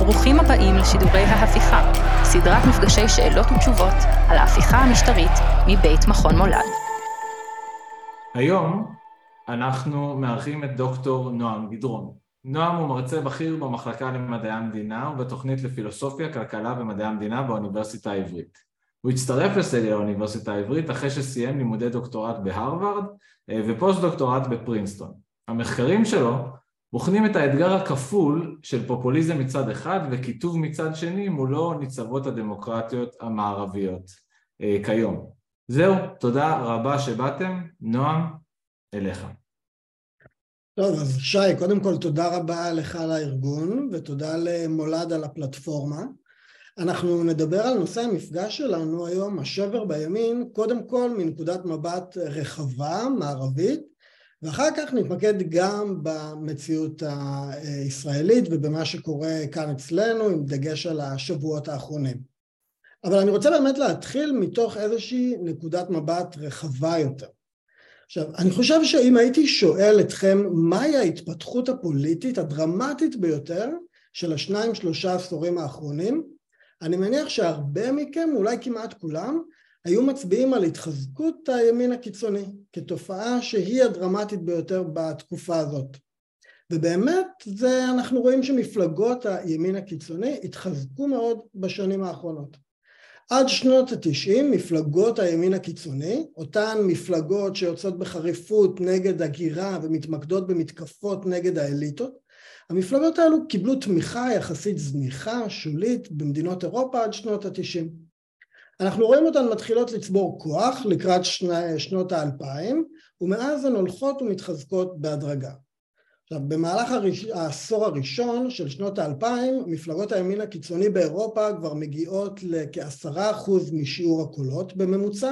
ברוכים הבאים לשידורי ההפיכה, סדרת מפגשי שאלות ותשובות על ההפיכה המשטרית מבית מכון מולד. היום אנחנו מארחים את דוקטור נועם גדרון. נועם הוא מרצה בכיר במחלקה למדעי המדינה ובתוכנית לפילוסופיה, כלכלה ומדעי המדינה באוניברסיטה העברית. הוא הצטרף לסגל האוניברסיטה העברית אחרי שסיים לימודי דוקטורט בהרווארד ופוסט דוקטורט בפרינסטון. המחקרים שלו בוחנים את האתגר הכפול של פופוליזם מצד אחד וכיתוב מצד שני מולו ניצבות הדמוקרטיות המערביות כיום. זהו, תודה רבה שבאתם. נועם, אליך. טוב, אז שי, קודם כל תודה רבה לך על הארגון ותודה למולד על הפלטפורמה. אנחנו נדבר על נושא המפגש שלנו היום, השבר בימין, קודם כל מנקודת מבט רחבה, מערבית, ואחר כך נתמקד גם במציאות הישראלית ובמה שקורה כאן אצלנו, עם דגש על השבועות האחרונים. אבל אני רוצה באמת להתחיל מתוך איזושהי נקודת מבט רחבה יותר. עכשיו, אני חושב שאם הייתי שואל אתכם מהי ההתפתחות הפוליטית הדרמטית ביותר של 2-3 עשורים האחרונים, אני מניח שהרבה מכם, אולי כמעט כולם, היו מצביעים על התחזקות הימין הקיצוני, כתופעה שהיא הדרמטית ביותר בתקופה הזאת. ובאמת אנחנו רואים שמפלגות הימין הקיצוני התחזקו מאוד בשנים האחרונות. עד שנות ה-90 מפלגות הימין הקיצוני, אותן מפלגות שיוצאות בחריפות נגד הגירה ומתמקדות במתקפות נגד האליטות, המפלגות האלו קיבלו תמיכה יחסית זניחה, שולית, במדינות אירופה עד שנות ה-90. אנחנו רואים אותן מתחילות לצבור כוח לקראת שנות ה-2000, ומאז הן הולכות ומתחזקות בהדרגה. עכשיו, במהלך העשור הראשון של שנות ה-2000, מפלגות הימין הקיצוני באירופה כבר מגיעות לכ10% משיעור הקולות בממוצע,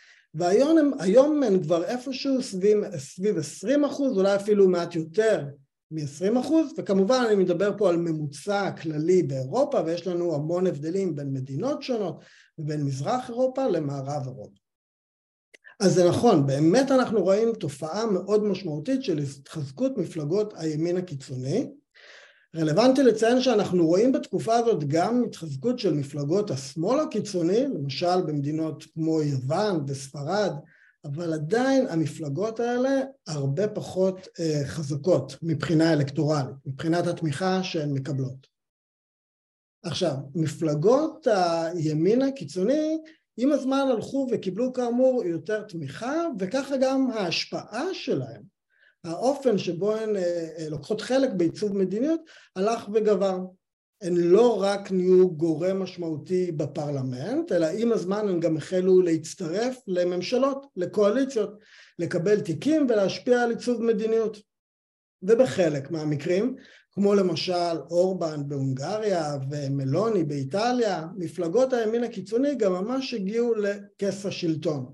והיום הן כבר איפשהו סביב 20%, אולי אפילו מעט יותר מ-20%, וכמובן אני מדבר פה על ממוצע כללי באירופה, ויש לנו המון הבדלים בין מדינות שונות, ובין מזרח אירופה למערב אירופה. אז זה נכון, באמת אנחנו רואים תופעה מאוד משמעותית של התחזקות מפלגות הימין הקיצוני. רלוונטי לציין שאנחנו רואים בתקופה הזאת גם התחזקות של מפלגות השמאל הקיצוני, למשל במדינות כמו יוון וספרד, אבל עדיין המפלגות האלה הרבה פחות חזקות מבחינה אלקטורלית, מבחינת התמיכה שהן מקבלות. עכשיו, מפלגות הימין הקיצוני עם הזמן הלכו וקיבלו כאמור יותר תמיכה, וככה גם ההשפעה שלהם, האופן שבו הן לוקחות חלק בעיצוב מדיניות, הלך וגבר. הן לא רק נהיו גורם משמעותי בפרלמנט, אלא עם הזמן הן גם החלו להצטרף לממשלות, לקואליציות, לקבל תיקים ולהשפיע על עיצוב מדיניות. ובחלק מהמקרים, כמו למשל אורבן בהונגריה ומלוני באיטליה, מפלגות הימין הקיצוני גם ממש הגיעו לכס השלטון.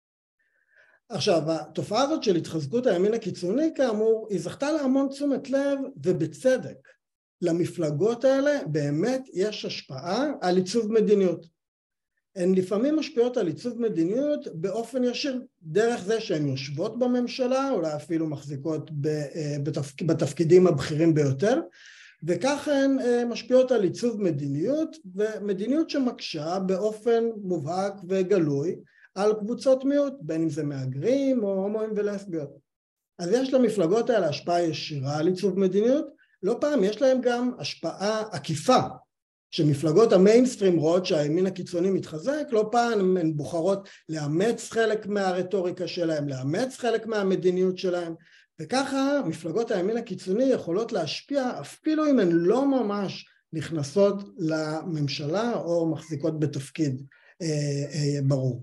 עכשיו, התופעה הזאת של התחזקות הימין הקיצוני כאמור, היא זכתה להמון תשומת לב ובצדק. למפלגות האלה באמת יש השפעה על עיצוב מדיניות. הן לפעמים משפיעות על עיצוב מדיניות באופן ישיר, דרך זה שהן יושבות בממשלה, אולי אפילו מחזיקות בתפקידים הבכירים ביותר, וכך הן משפיעות על עיצוב מדיניות, ומדיניות שמקשה באופן מובהק וגלוי על קבוצות מיעוט, בין אם זה מהגרים או הומואים ולסביות. אז יש למפלגות האלה השפעה ישירה על עיצוב מדיניות, לא פעם יש להם גם השפעה עקיפה, שמפלגות המיינסטרים רואות שהימין הקיצוני מתחזק, לא פעם הן בוחרות לאמץ חלק מהרטוריקה שלהם, לאמץ חלק מהמדיניות שלהם, וככה מפלגות הימין הקיצוני יכולות להשפיע אפילו אם הן לא ממש נכנסות לממשלה או מחזיקות בתפקיד ברור.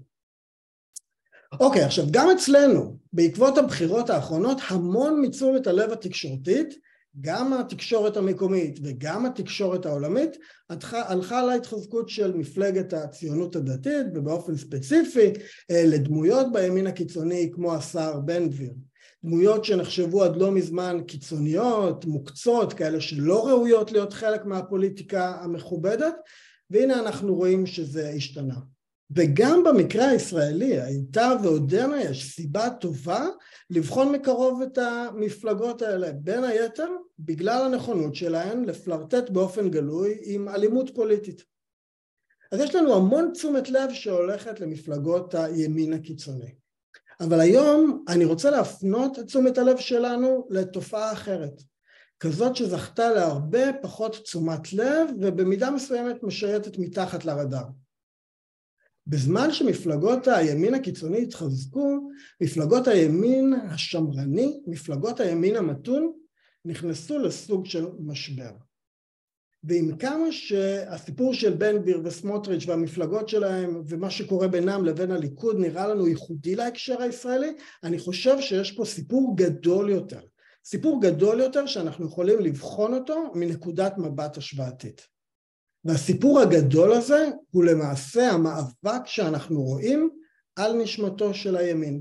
אוקיי, עכשיו גם אצלנו, בעקבות הבחירות האחרונות, המון מתשומת הלב התקשורתית, גם התקשורת המקומית וגם התקשורת העולמית, הלכה להתחזקות של מפלגת הציונות הדתית, ובאופן ספציפי לדמויות בימין הקיצוני כמו השר בן גביר. דמויות שנחשבו עד לא מזמן קיצוניות, מוקצות, כאלה שלא ראויות להיות חלק מהפוליטיקה המכובדת, והנה אנחנו רואים שזה השתנה. וגם במקרה הישראלי הייתה ועודנה יש סיבה טובה לבחון מקרוב את המפלגות האלה, בין היתר בגלל הנכונות שלהן לפלרטט באופן גלוי עם אלימות פוליטית. אז יש לנו המון תשומת לב שהולכת למפלגות הימין הקיצוני. אבל היום אני רוצה להפנות את תשומת הלב שלנו לתופעה אחרת, כזאת שזכתה להרבה פחות תשומת לב ובמידה מסוימת משייטת מתחת לרדאר. בזמן שמפלגות הימין הקיצוני התחזקו, מפלגות הימין השמרני, מפלגות הימין המתון, נכנסו לסוג של משבר. ועם כמה שהסיפור של בן גביר וסמוטריץ' והמפלגות שלהם ומה שקורה בינם לבין הליכוד נראה לנו ייחודי להקשר הישראלי, אני חושב שיש פה סיפור גדול יותר. סיפור גדול יותר שאנחנו יכולים לבחון אותו מנקודת מבט השוואתית. והסיפור הגדול הזה הוא למעשה המאבק שאנחנו רואים על נשמתו של הימין.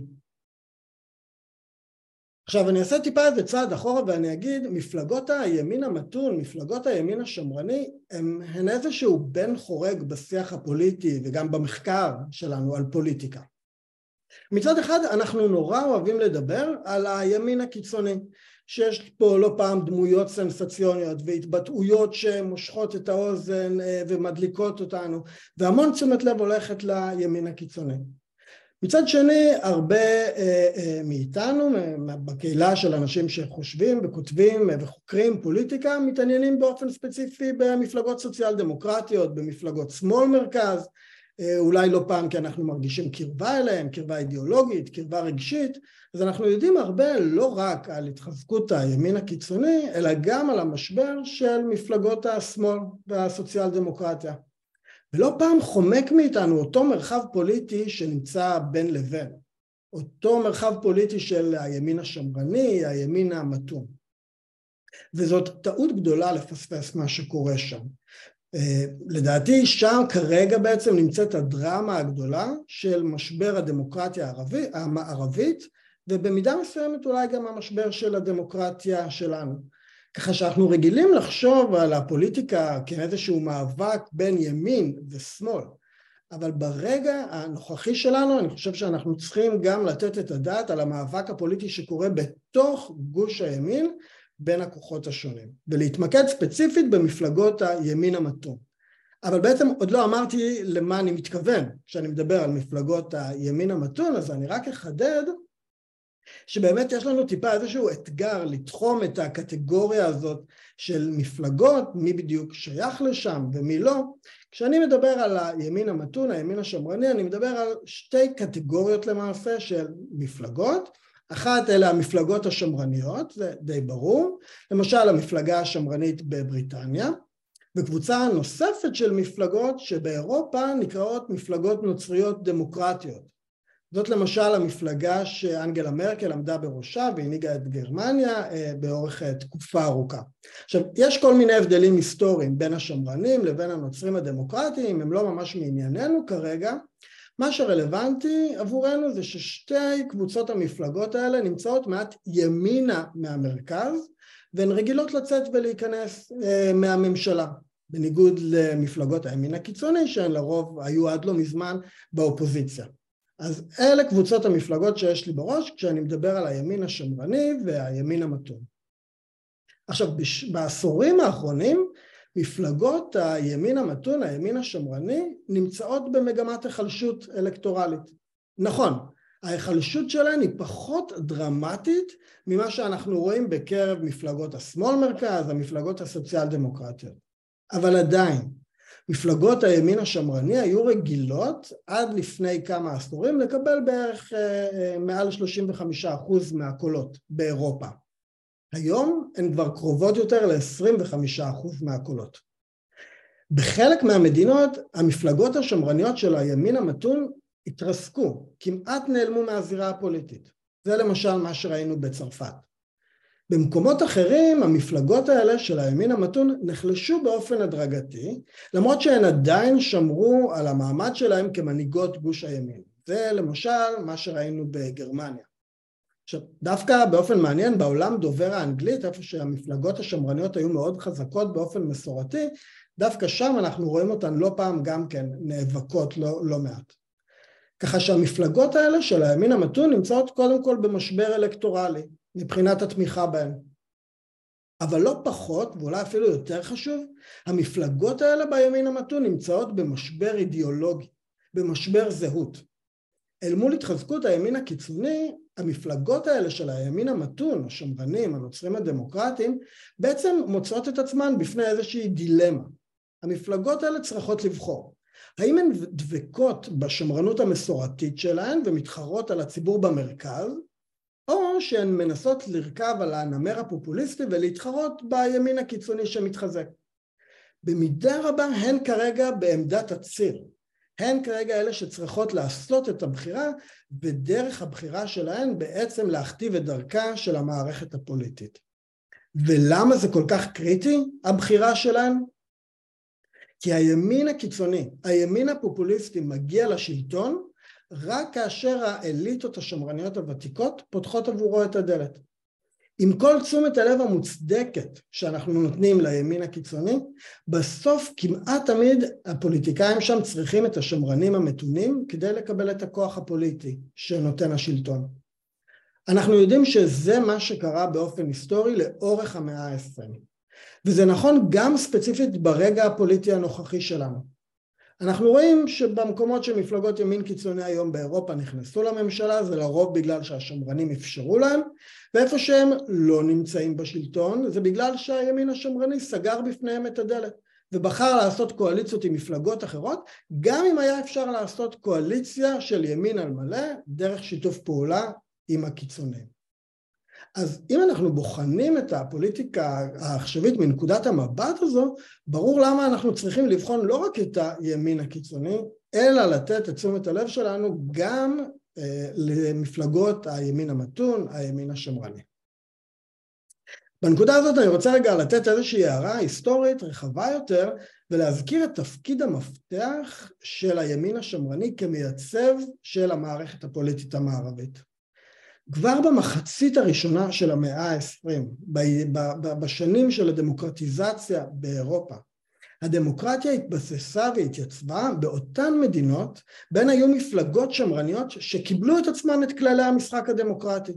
עכשיו אני אעשה טיפה איזה צעד אחורה ואני אגיד, מפלגות הימין המתון, מפלגות הימין השמרני, הן איזשהו בן חורג בשיח הפוליטי וגם במחקר שלנו על פוליטיקה. מצד אחד אנחנו נורא אוהבים לדבר על הימין הקיצוני, שיש פה לא פעם דמויות סנסציוניות והתבטאויות שמושכות את האוזן ומדליקות אותנו, והמון תשומת לב הולכת לימין הקיצוני. מצד שני, הרבה מאיתנו, בקהילה של אנשים שחושבים וכותבים וחוקרים פוליטיקה, מתעניינים באופן ספציפי במפלגות סוציאל דמוקרטיות, במפלגות שמאל מרכז, אולי לא פעם כי אנחנו מרגישים קרבה אליהם, קרבה אידיאולוגית, קרבה רגשית, אז אנחנו יודעים הרבה לא רק על התחזקות הימין הקיצוני, אלא גם על המשבר של מפלגות השמאל והסוציאל דמוקרטיה. ולא פעם חומק מאיתנו אותו מרחב פוליטי שנמצא בין לבין, אותו מרחב פוליטי של הימין השמרני, הימין המתון. וזאת טעות גדולה לפספס מה שקורה שם. לדעתי שם כרגע בעצם נמצאת הדרמה הגדולה של משבר הדמוקרטיה המערבית, ובמידה מסוימת אולי גם המשבר של הדמוקרטיה שלנו. ככה שאנחנו רגילים לחשוב על הפוליטיקה כאיזשהו מאבק בין ימין ושמאל, אבל ברגע הנוכחי שלנו אני חושב שאנחנו צריכים גם לתת את הדעת על המאבק הפוליטי שקורה בתוך גוש הימין בין הכוחות השונים, ולהתמקד ספציפית במפלגות הימין המתון. אבל בעצם עוד לא אמרתי למה אני מתכוון כשאני מדבר על מפלגות הימין המתון, אז אני רק אחדד שבאמת יש לנו טיפה איזשהו אתגר לתחום את הקטגוריה הזאת של מפלגות, מי בדיוק שייך לשם ומי לא. כשאני מדבר על הימין המתון, הימין השמרני, אני מדבר על שתי קטגוריות למעשה של מפלגות. אחת אלה המפלגות השמרניות, זה די ברור, למשל המפלגה השמרנית בבריטניה, וקבוצה נוספת של מפלגות שבאירופה נקראות מפלגות נוצריות דמוקרטיות. זאת למשל המפלגה שאנגלה מרקל עמדה בראשה והנהיגה את גרמניה באורך תקופה ארוכה. עכשיו, יש כל מיני הבדלים היסטוריים בין השמרנים לבין הנוצרים הדמוקרטיים, הם לא ממש מענייננו כרגע. מה שרלוונטי עבורנו זה ששתי קבוצות המפלגות האלה נמצאות מעט ימינה מהמרכז, והן רגילות לצאת ולהיכנס מהממשלה, בניגוד למפלגות הימין הקיצוני שהן לרוב היו עד לא מזמן באופוזיציה. אז אלה קבוצות המפלגות שיש לי בראש כשאני מדבר על הימין השמרני והימין המתון. עכשיו, בעשורים האחרונים, מפלגות הימין המתון, הימין השמרני, נמצאות במגמת החלשות אלקטורלית. נכון, ההחלשות שלהן היא פחות דרמטית ממה שאנחנו רואים בקרב מפלגות השמאל מרכז, המפלגות הסוציאל דמוקרטיות. אבל עדיין, מפלגות הימין השמרני היו רגילות עד לפני כמה עשורים לקבל בערך מעל 35% מהקולות באירופה. היום הן כבר קרובות יותר ל-25% מהקולות. בחלק מהמדינות המפלגות השמרניות של הימין המתון התרסקו, כמעט נעלמו מהזירה הפוליטית. זה למשל מה שראינו בצרפת. במקומות אחרים המפלגות האלה של הימין המתון נחלשו באופן הדרגתי, למרות שהן עדיין שמרו על המעמד שלהם כמנהיגות גוש הימין. זה למשל מה שראינו בגרמניה. עכשיו, דווקא באופן מעניין בעולם דובר האנגלית, איפה שהמפלגות השמרניות היו מאוד חזקות באופן מסורתי, דווקא שם אנחנו רואים אותן לא פעם גם כן נאבקות לא מעט. ככה שהמפלגות האלה של הימין המתון נמצאות קודם כל במשבר אלקטורלי, מבחינת התמיכה בהן. אבל לא פחות, ואולי אפילו יותר חשוב, המפלגות האלה בימין המתון נמצאות במשבר אידיאולוגי, במשבר זהות. אל מול התחזקות הימין הקיצוני, המפלגות האלה של הימין המתון, השמרנים, הנוצרים הדמוקרטיים, בעצם מוצאות את עצמן בפני איזושהי דילמה. המפלגות האלה צריכות לבחור. האם הן דבקות בשמרנות המסורתית שלהן ומתחרות על הציבור במרכז, או שהן מנסות לרכב על הנמר הפופוליסטי ולהתחרות בימין הקיצוני שמתחזק. במידה רבה הן כרגע בעמדת הציר. הן כרגע אלה שצריכות לעשות את הבחירה, ודרך הבחירה שלהן בעצם להכתיב את דרכה של המערכת הפוליטית. ולמה זה כל כך קריטי, הבחירה שלהן? כי הימין הקיצוני, הימין הפופוליסטי מגיע לשלטון, רק כאשר האליטות השמרניות הוותיקות פותחות עבורו את הדלת. עם כל תשומת הלב המוצדקת שאנחנו נותנים לימין הקיצוני, בסוף כמעט תמיד הפוליטיקאים שם צריכים את השמרנים המתונים כדי לקבל את הכוח הפוליטי שנותן השלטון. אנחנו יודעים שזה מה שקרה באופן היסטורי לאורך המאה ה-20. וזה נכון גם ספציפית ברגע הפוליטי הנוכחי שלנו. אנחנו רואים שבמקומות שמפלגות ימין קיצוני היום באירופה נכנסו לממשלה, זה לרוב בגלל שהשמרנים אפשרו להם, ואיפה שהם לא נמצאים בשלטון, זה בגלל שהימין השמרני סגר בפניהם את הדלת, ובחר לעשות קואליציות עם מפלגות אחרות, גם אם היה אפשר לעשות קואליציה של ימין על מלא, דרך שיתוף פעולה עם הקיצונים. אז אם אנחנו בוחנים את הפוליטיקה העכשווית מנקודת המבט הזו, ברור למה אנחנו צריכים לבחון לא רק את הימין הקיצוני, אלא לתת את תשומת הלב שלנו גם למפלגות הימין המתון, הימין השמרני. בנקודה הזאת אני רוצה רגע לתת איזושהי הערה היסטורית רחבה יותר, ולהזכיר את תפקיד המפתח של הימין השמרני כמייצב של המערכת הפוליטית המערבית. כבר במחצית הראשונה של המאה ה-20, בשנים של הדמוקרטיזציה באירופה, הדמוקרטיה התבססה והתייצבה באותן מדינות, בין היו מפלגות שמרניות שקיבלו את עצמן את כללי המשחק הדמוקרטי.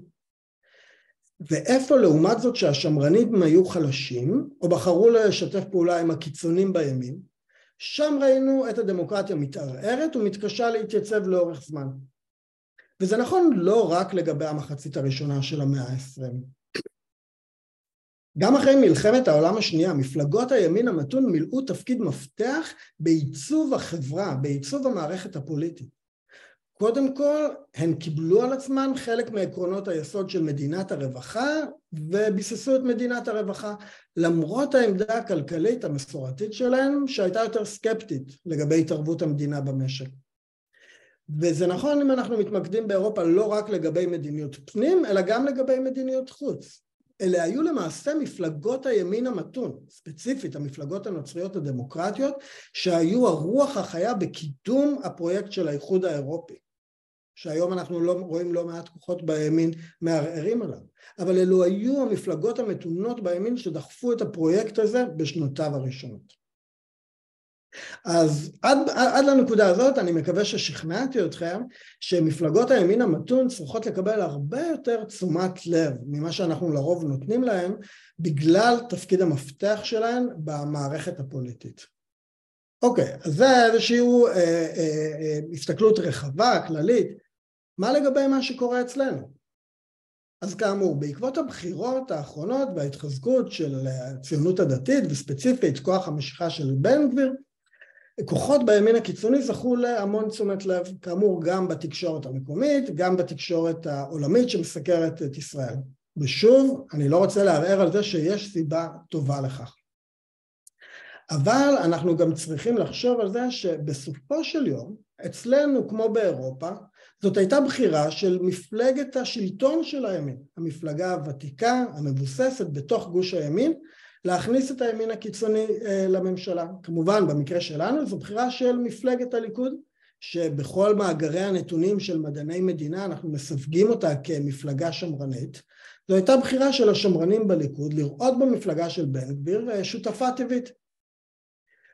ואיפה לעומת זאת שהשמרנים היו חלשים, או בחרו לשתף פעולה עם הקיצונים בימין, שם ראינו את הדמוקרטיה מתערערת ומתקשה להתייצב לאורך זמן. וזה נכון לא רק לגבי המחצית הראשונה של המאה ה-20. גם אחרי מלחמת העולם השנייה, מפלגות הימין המתון מילאו תפקיד מפתח בעיצוב החברה, בעיצוב המערכת הפוליטית. קודם כל, הן קיבלו על עצמן חלק מעקרונות היסוד של מדינת הרווחה, וביססו את מדינת הרווחה, למרות העמדה הכלכלית המסורתית שלהן, שהייתה יותר סקפטית לגבי התערבות המדינה במשק. וזה נכון אם אנחנו מתמקדים באירופה לא רק לגבי מדיניות פנים, אלא גם לגבי מדיניות חוץ. אלה היו למעשה מפלגות הימין המתון, ספציפית המפלגות הנוצריות הדמוקרטיות, שהיו הרוח החיה בקידום הפרויקט של האיחוד האירופי, שהיום אנחנו רואים לא מעט כוחות בימין מערערים עליו, אבל אלו היו המפלגות המתונות בימין שדחפו את הפרויקט הזה בשנותיו הראשונות. אז עד לנקודה הזאת אני מקווה ששכנעתי אתכם שמפלגות הימין המתון צריכות לקבל הרבה יותר תשומת לב ממה שאנחנו לרוב נותנים להם, בגלל תפקיד המפתח שלהן במערכת הפוליטית. אוקיי, אז זה איזושהי הסתכלות רחבה, כללית. מה לגבי מה שקורה אצלנו? אז כאמור, בעקבות הבחירות האחרונות וההתחזקות של הציונות הדתית וספציפית כוח המשיכה של בן גביר, כוחות בימין הקיצוני זכו להמון תשומת לב, כאמור גם בתקשורת המקומית, גם בתקשורת העולמית שמסקרת את ישראל. ושוב, אני לא רוצה לערער על זה שיש סיבה טובה לכך. אבל אנחנו גם צריכים לחשוב על זה שבסופו של יום, אצלנו כמו באירופה, זאת הייתה בחירה של מפלגת השלטון של הימין, המפלגה הוותיקה, המבוססת בתוך גוש הימין, להכניס את הימין הקיצוני לממשלה. כמובן, במקרה שלנו, זו בחירה של מפלגת הליכוד, שבכל מאגרי הנתונים של מדעני מדינה, אנחנו מסווגים אותה כמפלגה שמרנית. זו הייתה בחירה של השמרנים בליכוד, לראות במפלגה של בן גביר שותפה טבעית.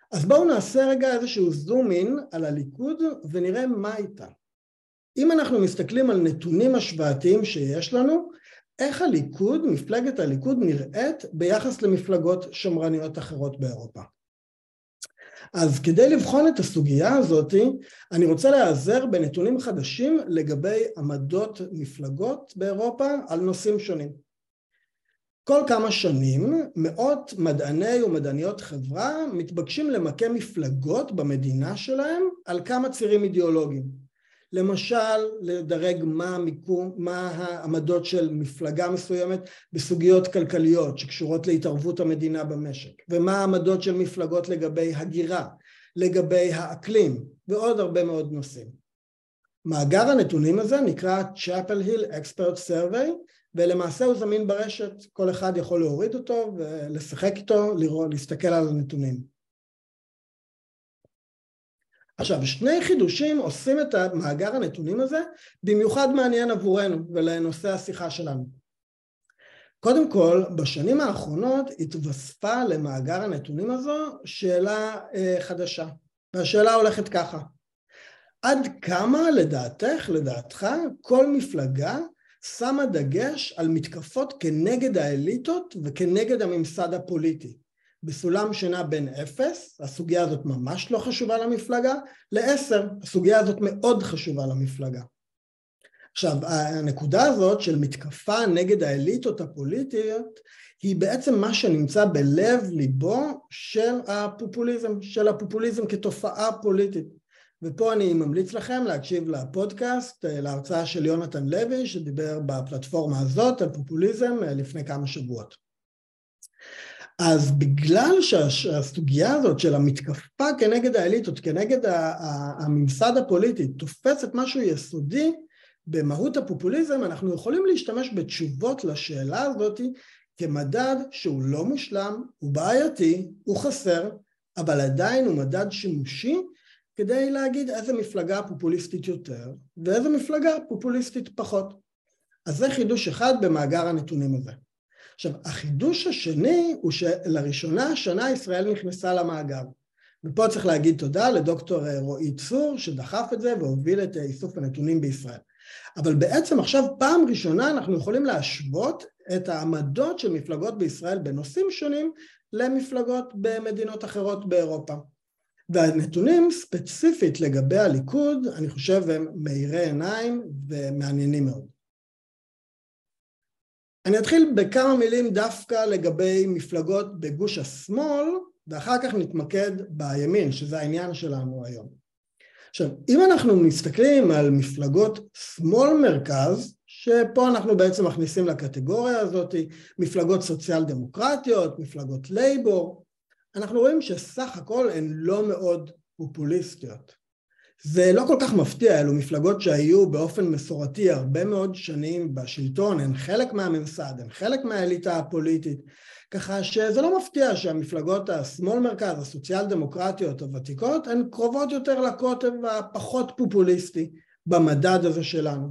אז בואו נעשה רגע איזשהו זום אין על הליכוד ונראה מה איתה. אם אנחנו מסתכלים על נתונים השוואתיים שיש לנו, איך הליכוד, מפלגת הליכוד נראית ביחס למפלגות שמרניות אחרות באירופה. אז כדי לבחון את הסוגיה הזאת, אני רוצה להיעזר בנתונים חדשים לגבי עמדות מפלגות באירופה על נושאים שונים. כל כמה שנים מאות מדעני ומדעניות חברה מתבקשים למקם מפלגות במדינה שלהם על כמה צירים אידיאולוגיים. למשל, לדרג מה העמדות של מפלגה מסוימת בסוגיות כלכליות שקשורות להתערבות המדינה במשק, ומה העמדות של מפלגות לגבי הגירה, לגבי האקלים, ועוד הרבה מאוד נושאים. מאגר הנתונים הזה נקרא Chapel Hill Expert Survey, ולמעשה הוא זמין ברשת, כל אחד יכול להוריד אותו ולשחק איתו, להסתכל על הנתונים. עכשיו, שני חידושים עושים את המאגר הנתונים הזה, במיוחד מעניין עבורנו ולנושא השיחה שלנו. קודם כל, בשנים האחרונות התווספה למאגר הנתונים הזו שאלה חדשה, והשאלה הולכת ככה. עד כמה לדעתך, כל מפלגה שמה דגש על מתקפות כנגד האליטות וכנגד הממסד הפוליטי? בסולם שנע בין 0, הסוגיה הזאת ממש לא חשובה למפלגה, ל10, הסוגיה הזאת מאוד חשובה למפלגה. עכשיו, הנקודה הזאת של מתקפה נגד האליטות הפוליטיות, היא בעצם מה שנמצא בלב ליבו של הפופוליזם כתופעה פוליטית. ופה אני ממליץ לכם להקשיב לפודקאסט, להרצאה של יונתן לוי, שדיבר בפלטפורמה הזאת על פופוליזם לפני כמה שבועות. אז בגלל שהסוגיה הזאת של המתקפה כנגד האליטות, כנגד הממסד הפוליטי, תופסת משהו יסודי במהות הפופוליזם, אנחנו יכולים להשתמש בתשובות לשאלה הזאת כמדד שהוא לא מושלם, הוא בעייתי, הוא חסר, אבל עדיין הוא מדד שימושי, כדי להגיד איזה מפלגה פופוליסטית יותר, ואיזה מפלגה פופוליסטית פחות. אז זה חידוש אחד במאגר הנתונים הזה. עכשיו, החידוש השני הוא שלראשונה השנה ישראל נכנסה למאגר. ופה צריך להגיד תודה לדוקטור רועי צור שדחף את זה והוביל את איסוף הנתונים בישראל. אבל בעצם עכשיו פעם ראשונה אנחנו יכולים להשוות את העמדות של מפלגות בישראל בנושאים שונים למפלגות במדינות אחרות באירופה. והנתונים ספציפית לגבי הליכוד, אני חושב הם מאירי עיניים ומעניינים מאוד. אני אתחיל בכמה מילים דווקא לגבי מפלגות בגוש השמאל, ואחר כך נתמקד בימין, שזה העניין שלנו היום. עכשיו, אם אנחנו מסתכלים על מפלגות שמאל מרכז, שפה אנחנו בעצם מכניסים לקטגוריה הזאת, מפלגות סוציאל דמוקרטיות, מפלגות לייבור, אנחנו רואים שסך הכל הן לא מאוד פופוליסטיות. זה לא כל כך מפתיע, אלו מפלגות שהיו באופן מסורתי הרבה מאוד שנים בשלטון, הן חלק מהממסד, הן חלק מהאליטה הפוליטית, ככה שזה לא מפתיע שהמפלגות השמאל מרכז, הסוציאל דמוקרטיות הוותיקות, הן קרובות יותר לקוטב הפחות פופוליסטי במדד הזה שלנו.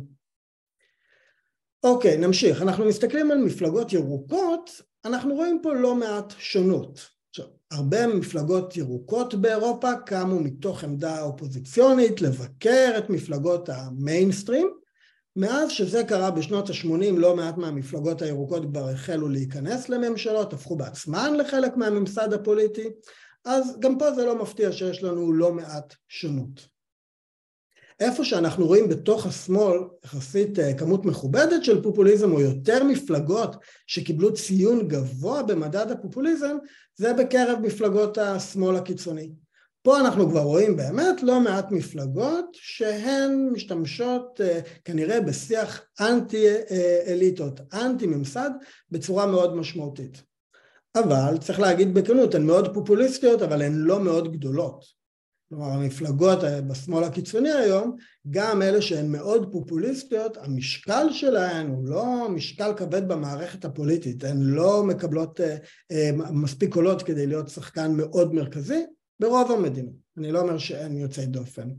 אוקיי, נמשיך. אנחנו מסתכלים על מפלגות ירוקות, אנחנו רואים פה לא מעט שונות. עכשיו, הרבה מפלגות ירוקות באירופה קמו מתוך עמדה אופוזיציונית לבקר את מפלגות המיינסטרים, מאז שזה קרה בשנות ה-80 לא מעט מהמפלגות הירוקות כבר החלו להיכנס לממשלות, הפכו בעצמן לחלק מהממסד הפוליטי, אז גם פה זה לא מפתיע שיש לנו לא מעט שונות. איפה שאנחנו רואים בתוך השמאל יחסית כמות מכובדת של פופוליזם או יותר מפלגות שקיבלו ציון גבוה במדד הפופוליזם, זה בקרב מפלגות השמאל הקיצוני. פה אנחנו כבר רואים באמת לא מעט מפלגות שהן משתמשות כנראה בשיח אנטי אליטות, אנטי ממסד בצורה מאוד משמעותית. אבל צריך להגיד בכנות, הן מאוד פופוליסטיות אבל הן לא מאוד גדולות. כלומר, המפלגות בשמאל הקיצוני היום, גם אלה שהן מאוד פופוליסטיות, המשקל שלהן הוא לא משקל כבד במערכת הפוליטית, הן לא מקבלות מספיק קולות כדי להיות שחקן מאוד מרכזי, ברוב המדינות. אני לא אומר שאין יוצאי דופן.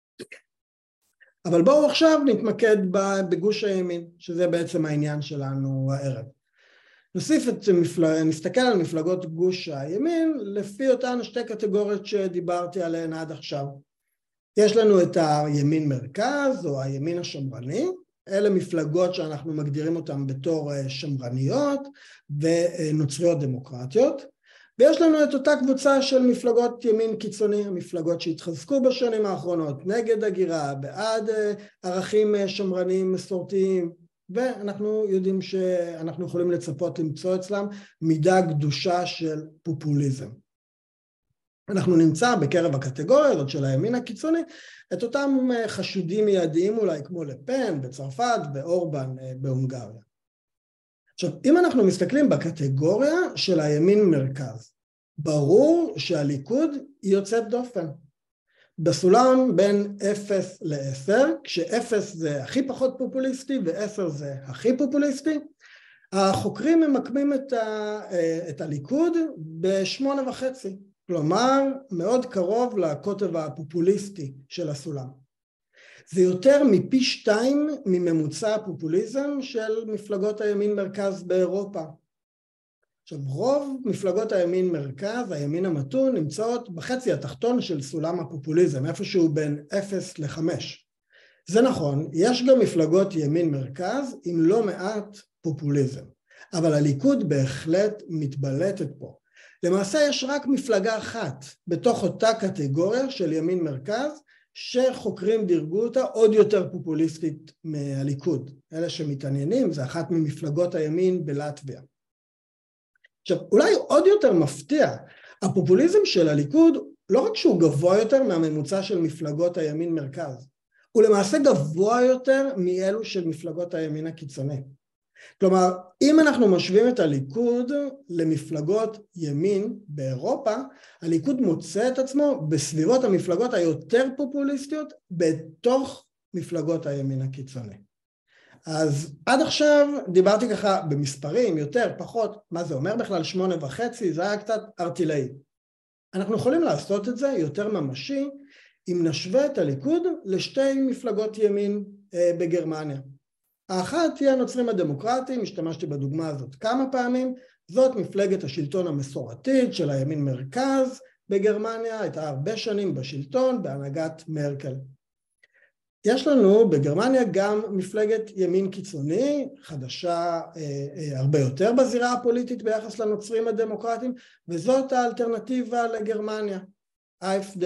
אבל בואו עכשיו נתמקד בגוש הימין, שזה בעצם העניין שלנו הערב. נסתכל על מפלגות גוש הימין לפי אותן שתי קטגוריות שדיברתי עליהן עד עכשיו. יש לנו את הימין מרכז או הימין השמרני, אלה מפלגות שאנחנו מגדירים אותן בתור שמרניות ונוצריות דמוקרטיות, ויש לנו את אותה קבוצה של מפלגות ימין קיצוני, המפלגות שהתחזקו בשנים האחרונות, נגד הגירה, בעד ערכים שמרניים מסורתיים, ואנחנו יודעים שאנחנו יכולים לצפות למצוא אצלם מידה גדושה של פופוליזם. אנחנו נמצא בקרב הקטגוריה הזאת של הימין הקיצוני את אותם חשודים מיידיים אולי כמו לפן בצרפת ואורבן בהונגריה. עכשיו, אם אנחנו מסתכלים בקטגוריה של הימין מרכז, ברור שהליכוד היא יוצאת דופן. בסולם בין 0 ל-10, כש-0 זה הכי פחות פופוליסטי ו-10 זה הכי פופוליסטי, החוקרים ממקמים את הליכוד ב8.5, כלומר מאוד קרוב לקוטב הפופוליסטי של הסולם. זה יותר מפי 2 מממוצע הפופוליזם של מפלגות הימין מרכז באירופה. עכשיו, רוב מפלגות הימין מרכז, הימין המתון, נמצאות בחצי התחתון של סולם הפופוליזם, איפשהו בין 0 ל-5. זה נכון, יש גם מפלגות ימין מרכז עם לא מעט פופוליזם, אבל הליכוד בהחלט מתבלטת פה. למעשה יש רק מפלגה אחת בתוך אותה קטגוריה של ימין מרכז, שחוקרים דירגו אותה עוד יותר פופוליסטית מהליכוד. אלה שמתעניינים, זה אחת ממפלגות הימין בלטביה. עכשיו, אולי עוד יותר מפתיע, הפופוליזם של הליכוד לא רק שהוא גבוה יותר מהממוצע של מפלגות הימין מרכז, הוא למעשה גבוה יותר מאלו של מפלגות הימין הקיצוני. כלומר, אם אנחנו משווים את הליכוד למפלגות ימין באירופה, הליכוד מוצא את עצמו בסביבות המפלגות היותר פופוליסטיות בתוך מפלגות הימין הקיצוני. אז עד עכשיו דיברתי ככה במספרים, יותר, פחות, מה זה אומר בכלל 8.5, זה היה קצת ארטילאי. אנחנו יכולים לעשות את זה יותר ממשי, אם נשווה את הליכוד לשתי מפלגות ימין בגרמניה. האחת תהיה הנוצרים הדמוקרטיים, השתמשתי בדוגמה הזאת כמה פעמים, זאת מפלגת השלטון המסורתית של הימין מרכז בגרמניה, הייתה הרבה שנים בשלטון בהנהגת מרקל. יש לנו בגרמניה גם מפלגת ימין קיצוני, חדשה הרבה יותר בזירה הפוליטית ביחס לנוצרים הדמוקרטיים, וזאת האלטרנטיבה לגרמניה, AfD.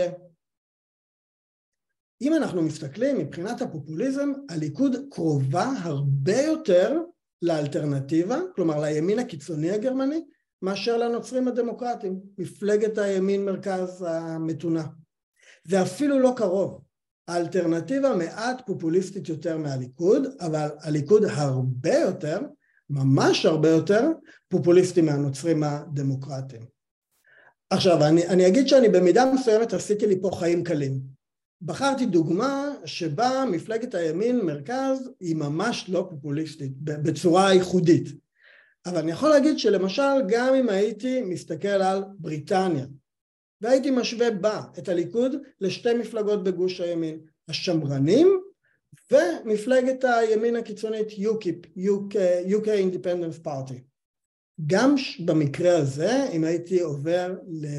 אם אנחנו מסתכלים מבחינת הפופוליזם, הליכוד קרובה הרבה יותר לאלטרנטיבה, כלומר לימין הקיצוני הגרמני, מאשר לנוצרים הדמוקרטיים, מפלגת הימין מרכז המתונה. זה אפילו לא קרוב. האלטרנטיבה מעט פופוליסטית יותר מהליכוד, אבל הליכוד הרבה יותר, ממש הרבה יותר, פופוליסטי מהנוצרים הדמוקרטיים. עכשיו, אני אגיד שאני במידה מסוימת עשיתי לי פה חיים קלים. בחרתי דוגמה שבה מפלגת הימין מרכז היא ממש לא פופוליסטית, בצורה ייחודית. אבל אני יכול להגיד שלמשל, גם אם הייתי מסתכל על בריטניה, והייתי משווה בה את הליכוד לשתי מפלגות בגוש הימין, השמרנים ומפלגת הימין הקיצונית UKIP, UK Independence Party. גם במקרה הזה, אם הייתי עובר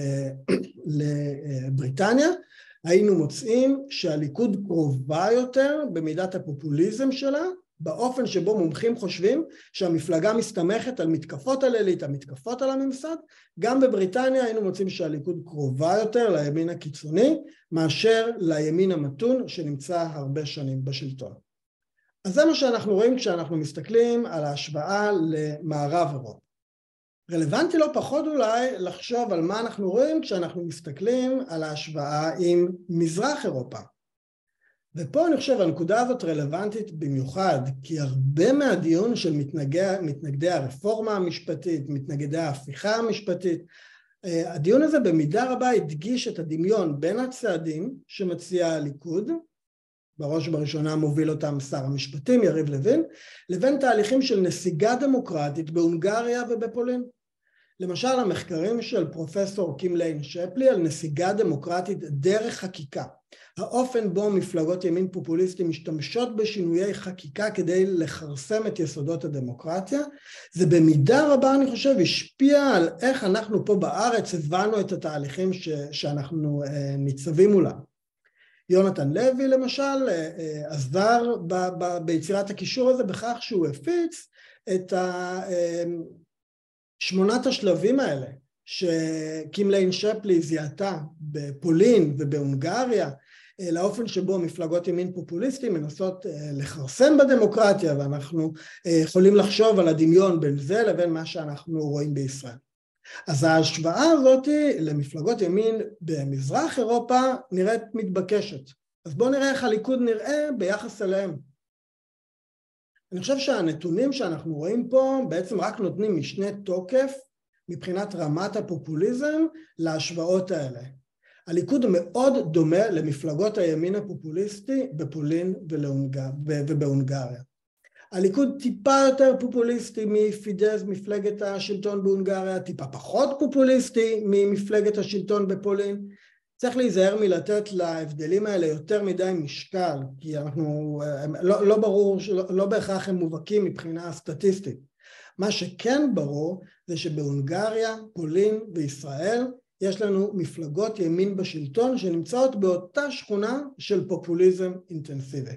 לבריטניה, היינו מוצאים שהליכוד קרובה יותר במידת הפופוליזם שלה, באופן שבו מומחים חושבים שהמפלגה מסתמכת על מתקפות על אליטה, מתקפות על הממסד. גם בבריטניה היינו מוצאים שהליכוד קרובה יותר לימין הקיצוני, מאשר לימין המתון שנמצא הרבה שנים בשלטון. אז זה מה שאנחנו רואים כשאנחנו מסתכלים על ההשוואה למערב אירופה. רלוונטי לא פחות אולי לחשוב על מה אנחנו רואים כשאנחנו מסתכלים על ההשוואה עם מזרח אירופה. ופה אני חושב הנקודה הזאת רלוונטית במיוחד, כי הרבה מהדיון של מתנגדי הרפורמה המשפטית, מתנגדי ההפיכה המשפטית, הדיון הזה במידה רבה הדגיש את הדמיון בין הצעדים שמציע הליכוד, בראש ובראשונה מוביל אותם שר המשפטים יריב לוין, לבין תהליכים של נסיגה דמוקרטית בהונגריה ובפולין. למשל המחקרים של פרופסור קים ליין שפלי על נסיגה דמוקרטית דרך חקיקה, האופן בו מפלגות ימין פופוליסטיים משתמשות בשינויי חקיקה כדי לחרסם את יסודות הדמוקרטיה, זה במידה רבה אני חושב השפיע על איך אנחנו פה בארץ הבנו את התהליכים שאנחנו ניצבים מולם. יונתן לוי למשל עזר ביצירת הקישור הזה בכך שהוא הפיץ את 8 השלבים האלה שקים ליין שפלי זיהתה בפולין ובהונגריה, לאופן שבו מפלגות ימין פופוליסטיים מנסות לחרסם בדמוקרטיה, ואנחנו יכולים לחשוב על הדמיון בין זה לבין מה שאנחנו רואים בישראל. אז ההשוואה הזאת למפלגות ימין במזרח אירופה נראית מתבקשת. אז בואו נראה איך הליכוד נראה ביחס אליהם. אני חושב שהנתונים שאנחנו רואים פה בעצם רק נותנים משנה תוקף מבחינת רמת הפופוליזם להשוואות האלה. הליכוד מאוד דומה למפלגות הימין הפופוליסטי בפולין ובהונגריה. הליכוד טיפה יותר פופוליסטי מפידז, מפלגת השלטון בהונגריה, טיפה פחות פופוליסטי ממפלגת השלטון בפולין. צריך להיזהר מלתת להבדלים האלה יותר מדי משקל, כי אנחנו, לא ברור, לא בהכרח הם מובהקים מבחינה סטטיסטית. מה שכן ברור זה שבהונגריה, פולין וישראל יש לנו מפלגות ימין בשלטון שנמצאות באותה שכונה של פופוליזם אינטנסיבי.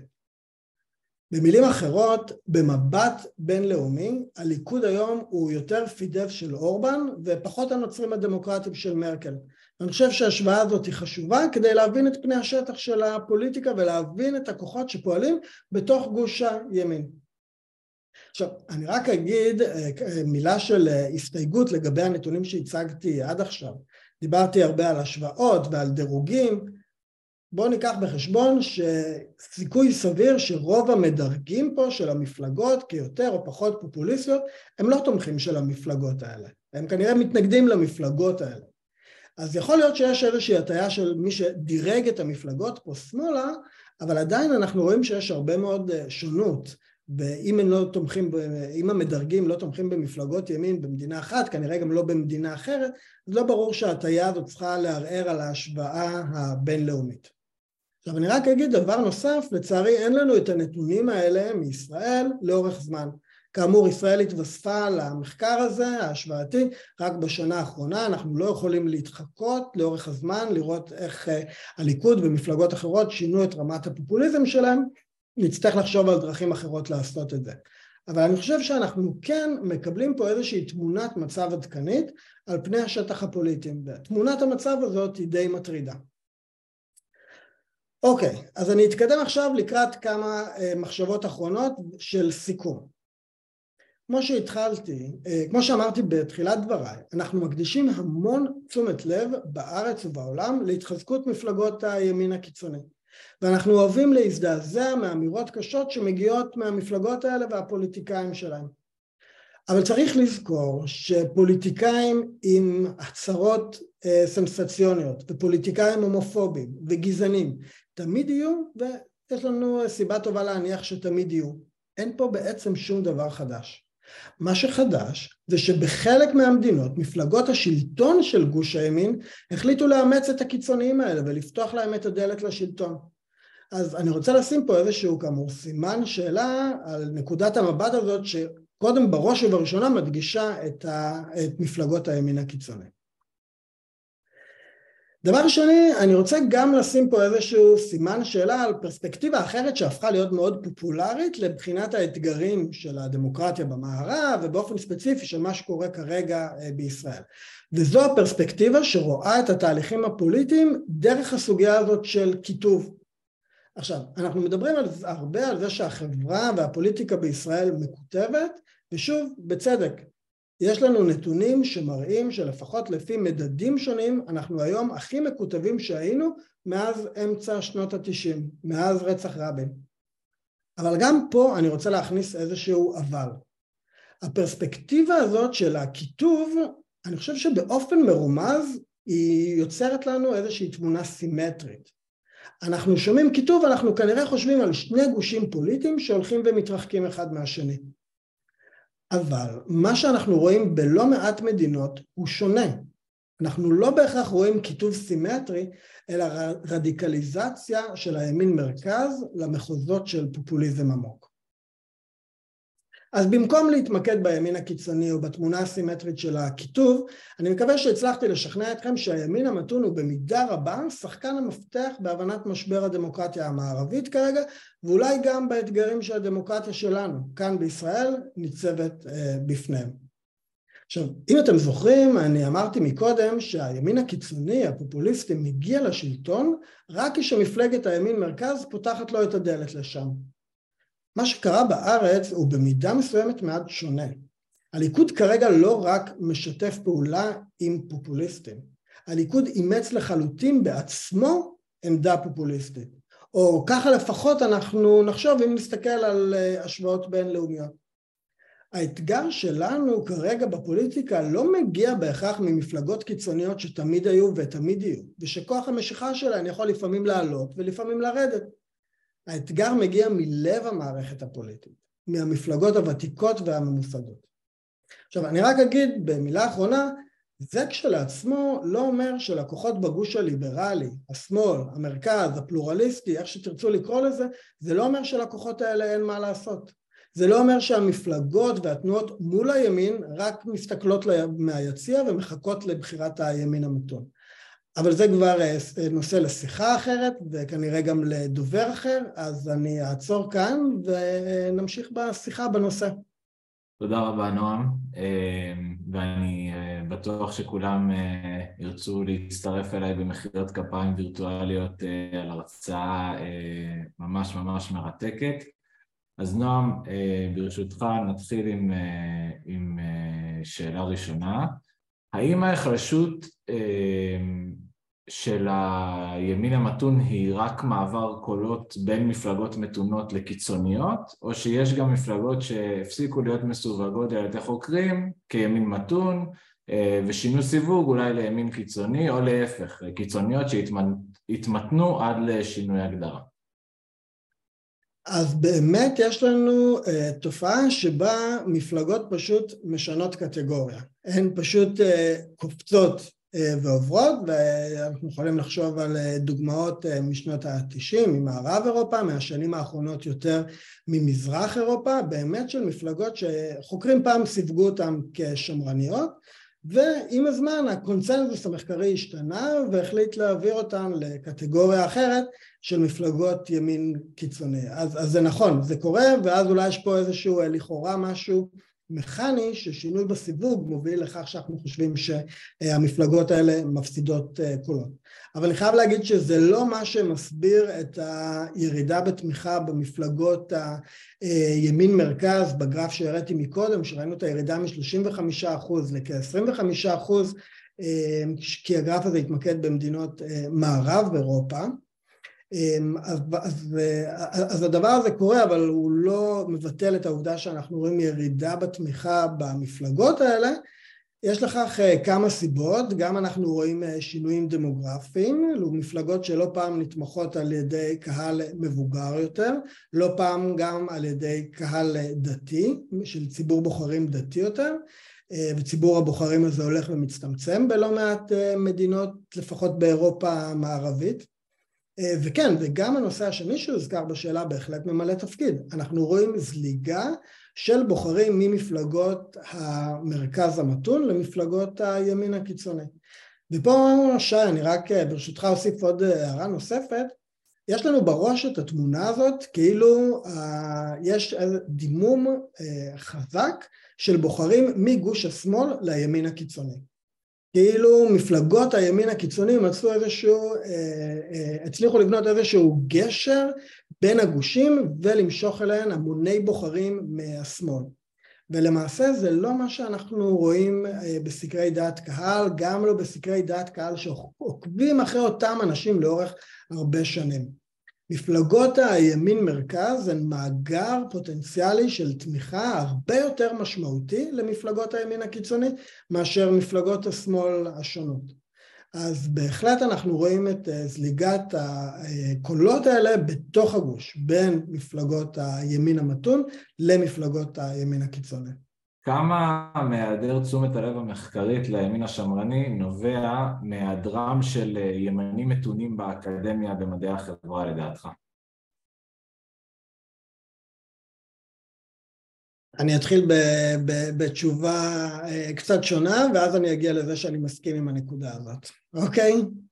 במילים אחרות, במבט בינלאומי, הליכוד היום הוא יותר פידז של אורבן ופחות הנוצרים הדמוקרטיים של מרקל. אני חושב שההשוואה הזאת היא חשובה כדי להבין את פני השטח של הפוליטיקה ולהבין את הכוחות שפועלים בתוך גוש הימין. עכשיו, אני רק אגיד מילה של הסתייגות לגבי הנתונים שהצגתי עד עכשיו. דיברתי הרבה על השוואות ועל דירוגים. בואו ניקח בחשבון שסיכוי סביר שרוב המדרגים פה של המפלגות כיותר או פחות פופוליסטיות הם לא תומכים של המפלגות האלה. הם כנראה מתנגדים למפלגות האלה. אז יכול להיות שיש איזושהי הטיה של מי שדירג את המפלגות פה שמאלה, אבל עדיין אנחנו רואים שיש הרבה מאוד שונות. ואם הם לא תומכים, אם המדרגים לא תומכים במפלגות ימין במדינה אחת, כנראה גם לא במדינה אחרת, אז לא ברור שההטיה הזאת צריכה לערער על ההשוואה הבינלאומית. עכשיו אני רק אגיד דבר נוסף, לצערי אין לנו את הנתונים האלה מישראל לאורך זמן. כאמור, ישראל התווספה למחקר הזה, ההשוואתי, רק בשנה האחרונה. אנחנו לא יכולים להתחקות לאורך הזמן, לראות איך הליכוד ומפלגות אחרות שינו את רמת הפופוליזם שלהם, נצטרך לחשוב על דרכים אחרות לעשות את זה. אבל אני חושב שאנחנו כן מקבלים פה איזושהי תמונת מצב עדכנית על פני השטח הפוליטי. תמונת המצב הזאת היא די מטרידה. אוקיי, אז אני אתקדם עכשיו לקראת כמה מחשבות אחרונות של סיכום. כמו שאמרתי בתחילת דבריי, אנחנו מקדישים המון תשומת לב בארץ ובעולם להתחזקות מפלגות הימין הקיצוני. ואנחנו אוהבים להזדעזע מאמירות קשות שמגיעות מהמפלגות האלה והפוליטיקאים שלהם. אבל צריך לזכור שפוליטיקאים עם הצהרות סנסציוניות ופוליטיקאים הומופובים וגזענים תמיד יהיו, ויש לנו סיבה טובה להניח שתמיד יהיו. אין פה בעצם שום דבר חדש. מה שחדש זה שבחלק מהמדינות מפלגות השלטון של גוש הימין החליטו לאמץ את הקיצוניים האלה ולפתוח להם את הדלת לשלטון. אז אני רוצה לשים פה איזשהו כאמור סימן שאלה על נקודת המבט הזאת שקודם בראש ובראשונה מדגישה את מפלגות הימין הקיצוני. דבר שני, אני רוצה גם לשים פה איזשהו סימן שאלה על פרספקטיבה אחרת שהפכה להיות מאוד פופולרית לבחינת האתגרים של הדמוקרטיה במערב ובאופן ספציפי של מה שקורה כרגע בישראל. וזו הפרספקטיבה שרואה את התהליכים הפוליטיים דרך הסוגיה הזאת של כיתוב. עכשיו, אנחנו מדברים הרבה על זה שהחברה והפוליטיקה בישראל מקוטבת, ושוב, בצדק. יש לנו נתונים שמראים שלפחות לפי מדדים שונים, אנחנו היום הכי מקוטבים שהיינו מאז אמצע שנות ה-90, מאז רצח רבין. אבל גם פה אני רוצה להכניס איזשהו אבל. הפרספקטיבה הזאת של הכיתוב, אני חושב שבאופן מרומז היא יוצרת לנו איזושהי תמונה סימטרית. אנחנו שומעים כיתוב, אנחנו כנראה חושבים על שני גושים פוליטיים שהולכים ומתרחקים אחד מהשני. אבל מה שאנחנו רואים בלא מעט מדינות הוא שונה. אנחנו לא בהכרח רואים כיתוב סימטרי, אלא רדיקליזציה של הימין מרכז למחוזות של פופוליזם עמוק. אז במקום להתמקד בימין הקיצוני או בתמונה הסימטרית של הכיתוב, אני מקווה שהצלחתי לשכנע אתכם שהימין המתון הוא במידה רבה שחקן המפתח בהבנת משבר הדמוקרטיה המערבית כרגע, ואולי גם באתגרים של הדמוקרטיה שלנו, כאן בישראל, ניצבת בפניהם. עכשיו, אם אתם זוכרים, אני אמרתי מקודם שהימין הקיצוני, הפופוליסטי, מגיע לשלטון רק כשמפלגת הימין מרכז פותחת לו את הדלת לשם. מה שקרה בארץ הוא במידה מסוימת מעט שונה. הליכוד כרגע לא רק משתף פעולה עם פופוליסטים, הליכוד אימץ לחלוטין בעצמו עמדה פופוליסטית, או ככה לפחות אנחנו נחשוב אם נסתכל על השוואות בינלאומיות. האתגר שלנו כרגע בפוליטיקה לא מגיע בהכרח ממפלגות קיצוניות שתמיד היו ותמיד יהיו, ושכוח המשיכה שלהן יכול לפעמים לעלות ולפעמים לרדת. האתגר מגיע מלב המערכת הפוליטית, מהמפלגות הוותיקות והממוסדות. עכשיו, אני רק אגיד במילה אחרונה, זה כשלעצמו לא אומר שלקוחות בגוש הליברלי, השמאל, המרכז, הפלורליסטי, איך שתרצו לקרוא לזה, זה לא אומר שלקוחות האלה אין מה לעשות. זה לא אומר שהמפלגות והתנועות מול הימין רק מסתכלות מהיציע ומחכות לבחירת הימין המתון. אבל זה כבר נושא לשיחה אחרת וכנראה גם לדובר אחר, אז אני אעצור כאן ונמשיך בשיחה בנושא. תודה רבה נועם, ואני בטוח שכולם ירצו להצטרף אליי במחיאות כפיים וירטואליות על הרצאה ממש ממש מרתקת. אז נועם, ברשותך נתחיל עם שאלה ראשונה. האם ההחלשות של הימין המתון היא רק מעבר קולות בין מפלגות מתונות לקיצוניות, או שיש גם מפלגות שהפסיקו להיות מסווגות על ידי חוקרים כימין מתון, ושינו סיווג אולי לימין קיצוני, או להפך, קיצוניות שהתמתנו עד לשינוי הגדרה? אז באמת יש לנו תופעה שבה מפלגות פשוט משנות קטגוריה. הן פשוט קופצות ועוברות, ואנחנו יכולים לחשוב על דוגמאות משנות ה-90, ממערב אירופה, מהשנים האחרונות יותר ממזרח אירופה, באמת של מפלגות שחוקרים פעם סיווגו אותן כשמרניות, ועם הזמן הקונצנזוס המחקרי השתנה והחליט להעביר אותן לקטגוריה אחרת של מפלגות ימין קיצוני. אז זה נכון, זה קורה, ואז אולי יש פה איזשהו לכאורה משהו מכני ששינוי בסיווג מוביל לכך שאנחנו חושבים שהמפלגות האלה מפסידות קולות. אבל אני חייב להגיד שזה לא מה שמסביר את הירידה בתמיכה במפלגות הימין מרכז בגרף שהראיתי מקודם, שראינו את הירידה מ-35% לכ-25%, כי הגרף הזה התמקד במדינות מערב אירופה. אז הדבר הזה קורה, אבל הוא לא מבטל את העובדה שאנחנו רואים ירידה בתמיכה במפלגות האלה. יש לכך כמה סיבות, גם אנחנו רואים שינויים דמוגרפיים, מפלגות שלא פעם נתמכות על ידי קהל מבוגר יותר, לא פעם גם על ידי קהל דתי, של ציבור בוחרים דתי יותר, וציבור הבוחרים הזה הולך ומצטמצם בלא מעט מדינות, לפחות באירופה המערבית. וכן, וגם הנושא השני שהוזכר בשאלה בהחלט ממלא תפקיד. אנחנו רואים זליגה של בוחרים ממפלגות המרכז המתון למפלגות הימין הקיצוני. ופה שי, אני רק ברשותך אוסיף עוד הערה נוספת, יש לנו בראש את התמונה הזאת כאילו יש דימום חזק של בוחרים מגוש השמאל לימין הקיצוני. כאילו מפלגות הימין הקיצוני מצאו הצליחו לבנות איזשהו גשר בין הגושים ולמשוך אליהן המוני בוחרים מהשמאל. ולמעשה זה לא מה שאנחנו רואים בסקרי דעת קהל, גם לא בסקרי דעת קהל שעוקבים אחרי אותם אנשים לאורך הרבה שנים. מפלגות הימין מרכז הן מאגר פוטנציאלי של תמיכה הרבה יותר משמעותי למפלגות הימין הקיצוני מאשר מפלגות השמאל השונות. אז בהחלט אנחנו רואים את זליגת הקולות האלה בתוך הגוש, בין מפלגות הימין המתון למפלגות הימין הקיצוני. כמה מהיעדר תשומת הלב המחקרית לימין השמרני נובע מהיעדרם של ימנים מתונים באקדמיה במדעי החברה לדעתך? אני אתחיל בתשובה קצת שונה, ואז אני אגיע לזה שאני מסכים עם הנקודה הזאת, אוקיי?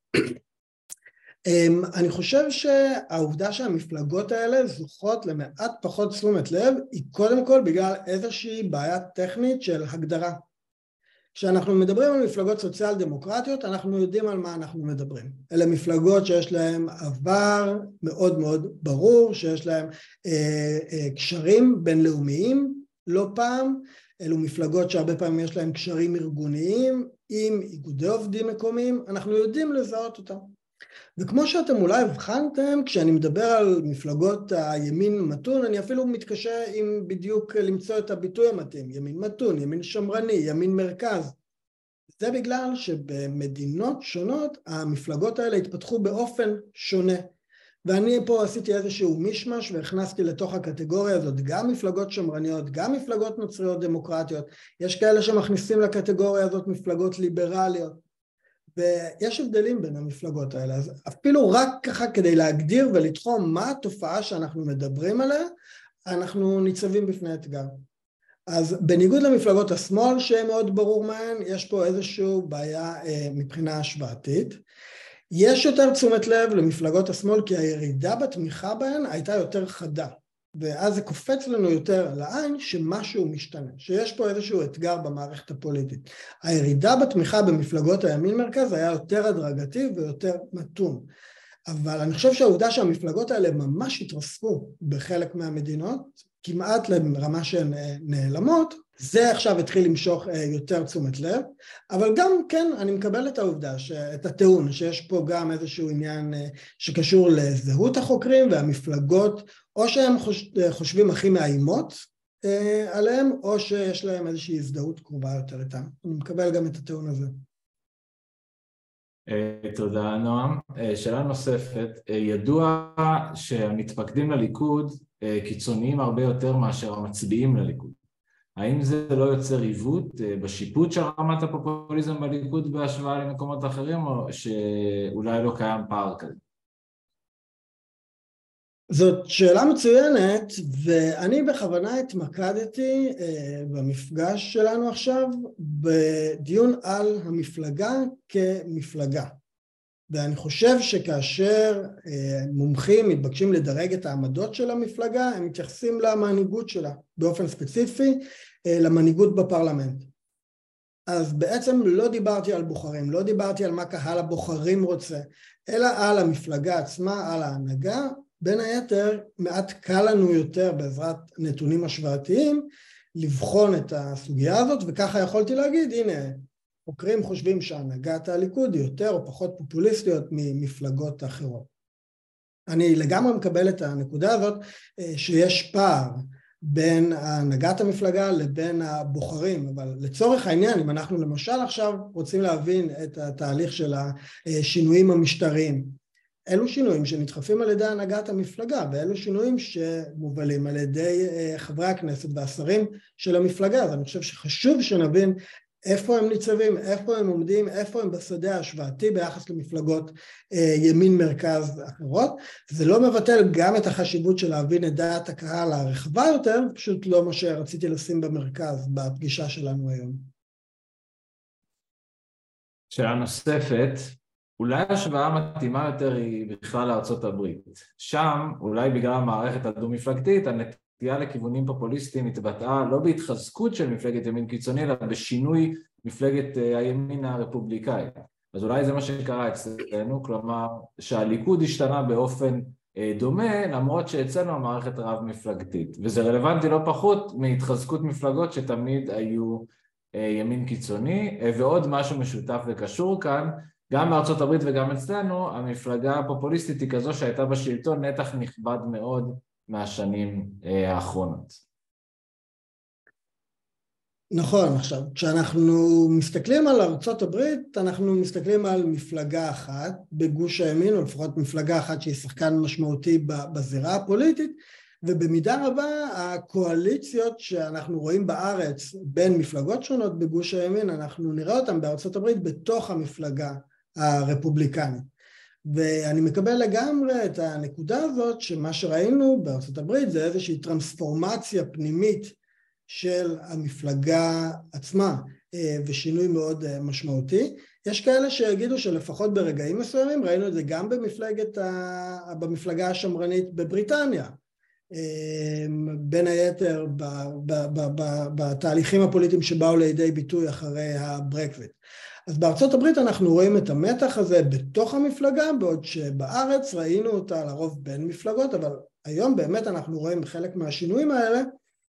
אני חושב שהעובדה שהמפלגות האלה זוכות למעט פחות תשומת לב, היא קודם כל בגלל איזושהי בעיה טכנית של הגדרה. כשאנחנו מדברים על מפלגות סוציאל דמוקרטיות, אנחנו יודעים על מה אנחנו מדברים. אלה מפלגות שיש להן עבר מאוד מאוד ברור, שיש להן קשרים בינלאומיים, לא פעם, אלו מפלגות שהרבה פעמים יש להן קשרים ארגוניים, עם איגודי עובדים מקומיים, אנחנו יודעים לזהות אותם. וכמו שאתם אולי הבחנתם, כשאני מדבר על מפלגות הימין מתון, אני אפילו מתקשה עם בדיוק למצוא את הביטוי המתאים, ימין מתון, ימין שמרני, ימין מרכז. זה בגלל שבמדינות שונות המפלגות האלה התפתחו באופן שונה. ואני פה עשיתי איזשהו מישמש והכנסתי לתוך הקטגוריה הזאת גם מפלגות שמרניות, גם מפלגות נוצריות דמוקרטיות. יש כאלה שמכניסים לקטגוריה הזאת מפלגות ליברליות. ויש הבדלים בין המפלגות האלה, אז אפילו רק ככה כדי להגדיר ולתחום מה התופעה שאנחנו מדברים עליה, אנחנו ניצבים בפני אתגר. אז בניגוד למפלגות השמאל שמאוד ברור מהן, יש פה איזושהי בעיה מבחינה השוואתית. יש יותר תשומת לב למפלגות השמאל כי הירידה בתמיכה בהן הייתה יותר חדה. ואז זה קופץ לנו יותר לעין שמשהו משתנה, שיש פה איזשהו אתגר במערכת הפוליטית. הירידה בתמיכה במפלגות הימין מרכז היה יותר הדרגתי ויותר מתון. אבל אני חושב שהעובדה שהמפלגות האלה ממש התרסקו בחלק מהמדינות, כמעט לרמה שהן נעלמות, זה עכשיו התחיל למשוך יותר תשומת לב, אבל גם כן אני מקבל את העובדה, את הטיעון, שיש פה גם איזשהו עניין שקשור לזהות החוקרים והמפלגות, או שהם חושבים הכי מאיימות עליהם, או שיש להם איזושהי הזדהות קרובה יותר איתם. אני מקבל גם את הטיעון הזה. תודה נועם. שאלה נוספת, ידוע שהמתפקדים לליכוד קיצוניים הרבה יותר מאשר המצביעים לליכוד. האם זה לא יוצר עיוות בשיפוט של רמת הפופוליזם בליכוד בהשוואה למקומות אחרים, או שאולי לא קיים פער כזה? זאת שאלה מצוינת, ואני בכוונה התמקדתי במפגש שלנו עכשיו בדיון על המפלגה כמפלגה. ואני חושב שכאשר מומחים מתבקשים לדרג את העמדות של המפלגה, הם מתייחסים למנהיגות שלה, באופן ספציפי למנהיגות בפרלמנט. אז בעצם לא דיברתי על בוחרים, לא דיברתי על מה קהל הבוחרים רוצה, אלא על המפלגה עצמה, על ההנהגה. בין היתר, מעט קל לנו יותר בעזרת נתונים השוואתיים לבחון את הסוגיה הזאת, וככה יכולתי להגיד, הנה, חוקרים חושבים שהנהגת הליכוד היא יותר או פחות פופוליסטיות ממפלגות אחרות. אני לגמרי מקבל את הנקודה הזאת שיש פער בין הנהגת המפלגה לבין הבוחרים, אבל לצורך העניין, אם אנחנו למשל עכשיו רוצים להבין את התהליך של השינויים המשטריים, אלו שינויים שנדחפים על ידי הנהגת המפלגה, ואלו שינויים שמובלים על ידי חברי הכנסת והשרים של המפלגה, אז אני חושב שחשוב שנבין איפה הם ניצבים, איפה הם עומדים, איפה הם בשדה ההשוואתי ביחס למפלגות ימין מרכז אחרות. זה לא מבטל גם את החשיבות של להבין את דעת הקהל הרחבה יותר, פשוט לא מה שרציתי לשים במרכז בפגישה שלנו היום. שאלה נוספת, אולי השוואה מתאימה יותר היא בכלל לארצות הברית. שם, אולי בגלל המערכת הדו-מפלגתית, הנטייה לכיוונים פופוליסטיים התבטאה לא בהתחזקות של מפלגת ימין קיצוני, אלא בשינוי מפלגת הימין הרפובליקאי. אז אולי זה מה שקרה אצלנו, כלומר שהליכוד השתנה באופן דומה, למרות שאצלנו המערכת רב-מפלגתית. וזה רלוונטי לא פחות מהתחזקות מפלגות שתמיד היו ימין קיצוני, ועוד משהו משותף וקשור כאן, גם בארצות הברית וגם אצלנו, המפלגה הפופוליסטית היא כזו שהייתה בשלטון נתח נכבד מאוד מהשנים האחרונות. נכון, עכשיו, כשאנחנו מסתכלים על ארצות הברית, אנחנו מסתכלים על מפלגה אחת בגוש הימין, או לפחות מפלגה אחת שהיא שחקן משמעותי בזירה הפוליטית, ובמידה רבה הקואליציות שאנחנו רואים בארץ בין מפלגות שונות בגוש הימין, אנחנו נראה אותן בארצות הברית בתוך המפלגה הרפובליקנית. ואני מקבל לגמרי את הנקודה הזאת שמה שראינו בארצות הברית זה איזושהי טרנספורמציה פנימית של המפלגה עצמה ושינוי מאוד משמעותי. יש כאלה שיגידו שלפחות ברגעים מסוימים ראינו את זה גם במפלגה השמרנית בבריטניה, בין היתר בתהליכים הפוליטיים שבאו לידי ביטוי אחרי הברקזיט. אז בארצות הברית אנחנו רואים את המתח הזה בתוך המפלגה, בעוד שבארץ ראינו אותה לרוב בין מפלגות, אבל היום באמת אנחנו רואים חלק מהשינויים האלה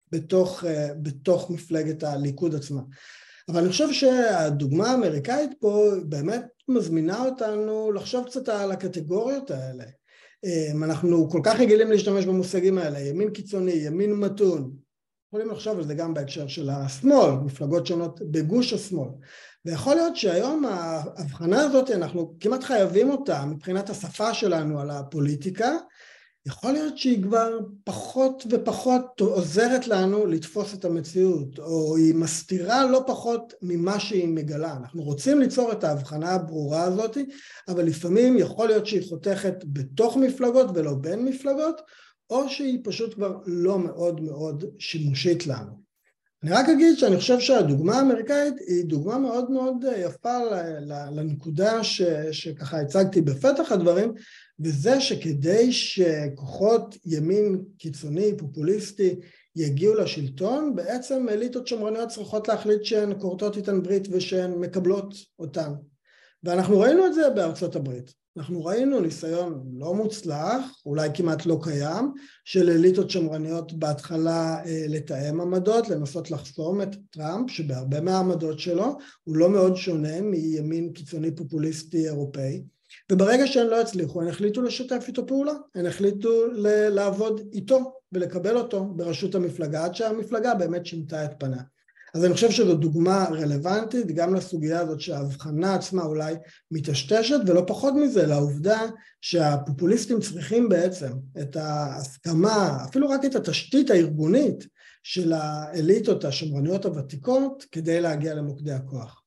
בתוך מפלגת הליכוד עצמה. אבל אני חושב שהדוגמה האמריקאית פה באמת מזמינה אותנו לחשוב קצת על הקטגוריות האלה. אנחנו כל כך רגילים להשתמש במושגים האלה, ימין קיצוני, ימין מתון, יכולים לחשוב על זה גם בהקשר של השמאל, מפלגות שונות בגוש השמאל. ויכול להיות שהיום ההבחנה הזאת אנחנו כמעט חייבים אותה מבחינת השפה שלנו על הפוליטיקה, יכול להיות שהיא כבר פחות ופחות עוזרת לנו לתפוס את המציאות, או היא מסתירה לא פחות ממה שהיא מגלה. אנחנו רוצים ליצור את ההבחנה הברורה הזאת, אבל לפעמים יכול להיות שהיא חותכת בתוך מפלגות ולא בין מפלגות, או שהיא פשוט כבר לא מאוד מאוד שימושית לנו. אני רק אגיד שאני חושב שהדוגמה האמריקאית היא דוגמה מאוד מאוד יפה לנקודה שככה הצגתי בפתח הדברים, וזה שכדי שכוחות ימין קיצוני, פופוליסטי, יגיעו לשלטון, בעצם אליטות שמרניות צריכות להחליט שהן כורתות איתן ברית ושהן מקבלות אותן. ואנחנו ראינו את זה בארצות הברית. אנחנו ראינו ניסיון לא מוצלח, אולי כמעט לא קיים, של אליטות שמרניות בהתחלה לתאם עמדות, לנסות לחסום את טראמפ, שבהרבה מהעמדות שלו הוא לא מאוד שונה מימין קיצוני פופוליסטי אירופאי, וברגע שהן לא הצליחו, הן החליטו לשתף איתו פעולה, הן החליטו לעבוד איתו ולקבל אותו בראשות המפלגה, עד שהמפלגה באמת שינתה את פניה. אז אני חושב שזו דוגמה רלוונטית גם לסוגיה הזאת שההבחנה עצמה אולי מתשתשת, ולא פחות מזה לעובדה שהפופוליסטים צריכים בעצם את ההסכמה, אפילו רק את התשתית הארגונית של האליטות השמרניות הוותיקות כדי להגיע למוקדי הכוח.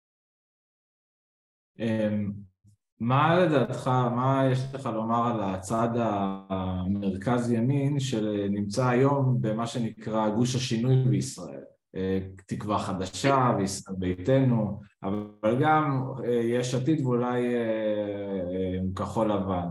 מה לדעתך, מה יש לך לומר על הצד המרכז ימין שנמצא היום במה שנקרא גוש השינוי בישראל? תקווה חדשה וישראל ביתנו, אבל גם יש עתיד ואולי כחול לבן.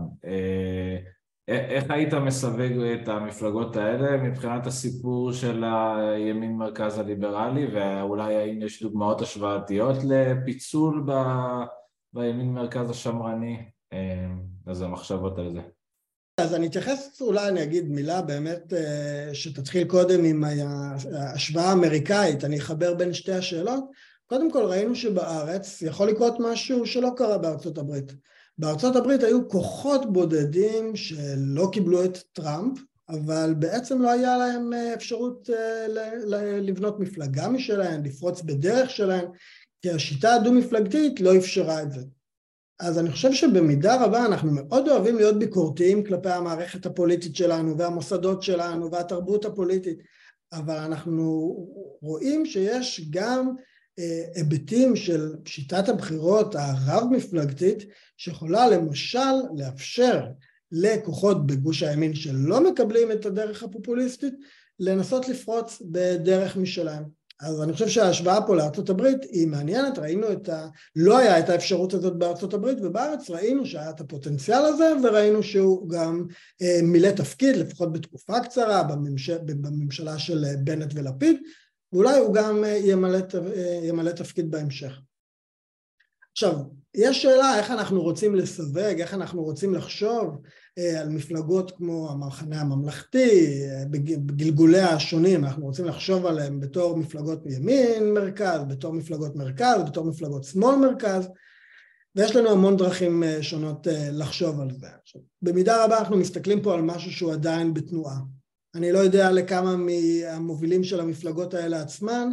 איך היית מסווג את המפלגות האלה מבחינת הסיפור של הימין מרכז הליברלי, ואולי האם יש דוגמאות השוואתיות לפיצול בימין מרכז השמרני? אז המחשבות על זה. אז אני אתייחס, אולי אני אגיד מילה באמת שתתחיל קודם עם ההשוואה האמריקאית, אני אחבר בין שתי השאלות. קודם כל ראינו שבארץ יכול לקרות משהו שלא קרה בארצות הברית. בארצות הברית היו כוחות בודדים שלא קיבלו את טראמפ, אבל בעצם לא היה להם אפשרות לבנות מפלגה משלהם, לפרוץ בדרך שלהם, כי השיטה הדו-מפלגתית לא אפשרה את זה. אז אני חושב שבמידה רבה אנחנו מאוד אוהבים להיות ביקורתיים כלפי המערכת הפוליטית שלנו והמוסדות שלנו והתרבות הפוליטית, אבל אנחנו רואים שיש גם היבטים של שיטת הבחירות הרב-מפלגתית שיכולה למשל לאפשר לכוחות בגוש הימין שלא מקבלים את הדרך הפופוליסטית לנסות לפרוץ בדרך משלהם. אז אני חושב שההשוואה פה לארצות הברית היא מעניינת, ראינו לא היה את האפשרות הזאת בארצות הברית, ובארץ ראינו שהיה את הפוטנציאל הזה, וראינו שהוא גם מילא תפקיד, לפחות בתקופה קצרה, בממשלה של בנט ולפיד, ואולי הוא גם ימלא תפקיד בהמשך. עכשיו, יש שאלה איך אנחנו רוצים לסווג, איך אנחנו רוצים לחשוב על מפלגות כמו המחנה הממלכתי, בגלגוליה השונים, אנחנו רוצים לחשוב עליהם בתור מפלגות ימין מרכז, בתור מפלגות מרכז, בתור מפלגות שמאל מרכז, ויש לנו המון דרכים שונות לחשוב על זה. עכשיו, במידה רבה אנחנו מסתכלים פה על משהו שהוא עדיין בתנועה. אני לא יודע לכמה מהמובילים של המפלגות האלה עצמן,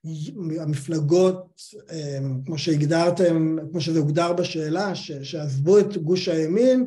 המפלגות, כמו שהגדרתם, כמו שזה הוגדר בשאלה, שעזבו את גוש הימין,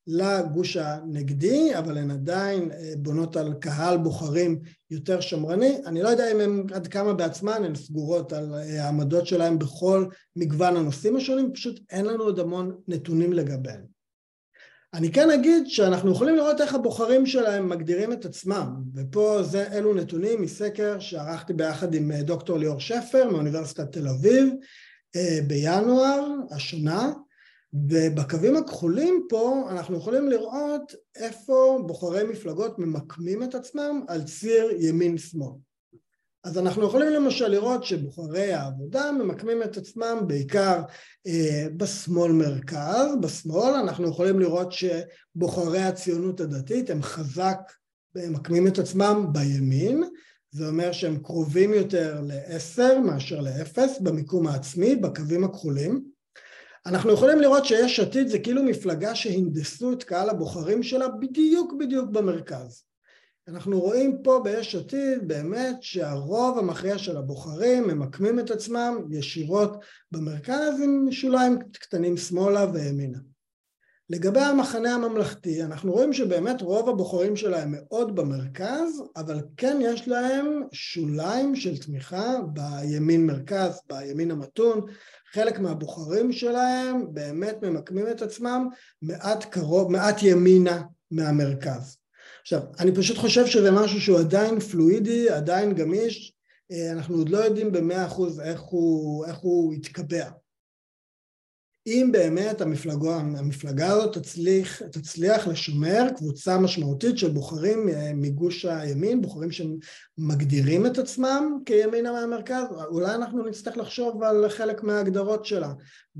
לגוש הנגדי, אבל הן עדיין בונות על קהל בוחרים יותר שמרני. אני לא יודע אם הן עד כמה בעצמן הן סגורות על העמדות שלהן בכל מגוון הנושאים השונים, פשוט אין לנו עוד המון נתונים לגביהם. אני כן אגיד שאנחנו יכולים לראות איך הבוחרים שלהם מגדירים את עצמם, ופה אלו נתונים מסקר שערכתי ביחד עם דוקטור ליאור שפר מאוניברסיטת תל אביב בינואר השנה, ובקווים הכחולים פה אנחנו יכולים לראות איפה בוחרי מפלגות ממקמים את עצמם על ציר ימין-שמאל. אז אנחנו יכולים למשל לראות שבוחרי העבודה ממקמים את עצמם בעיקר בשמאל מרכז. בשמאל אנחנו יכולים לראות שבוחרי הציונות הדתית הם חזק ממקמים את עצמם בימין, זה אומר שהם קרובים יותר ל10 מאשר ל0 במיקום העצמי בקווים הכחולים. אנחנו יכולים לראות שיש עתיד זה כאילו מפלגה שהנדסו את קהל הבוחרים שלה בדיוק במרכז. אנחנו רואים פה ביש עתיד באמת שהרוב המכריע של הבוחרים ממקמים את עצמם ישירות במרכז עם שוליים קטנים שמאלה וימינה. לגבי המחנה הממלכתי, אנחנו רואים שבאמת רוב הבוחרים שלהם מאוד במרכז, אבל כן יש להם שוליים של תמיכה בימין מרכז, בימין המתון. חלק מהבוחרים שלהם באמת ממקמים את עצמם מעט ימינה מהמרכז. עכשיו, אני פשוט חושב שזה משהו שהוא עדיין פלואידי, עדיין גמיש, אנחנו עוד לא יודעים ב100% איך הוא יתקבע. אם באמת המפלגה הזאת תצליח לשמר קבוצה משמעותית של בוחרים מגוש הימין, בוחרים שמגדירים את עצמם כימינה מהמרכז, אולי אנחנו נצטרך לחשוב על חלק מההגדרות שלה,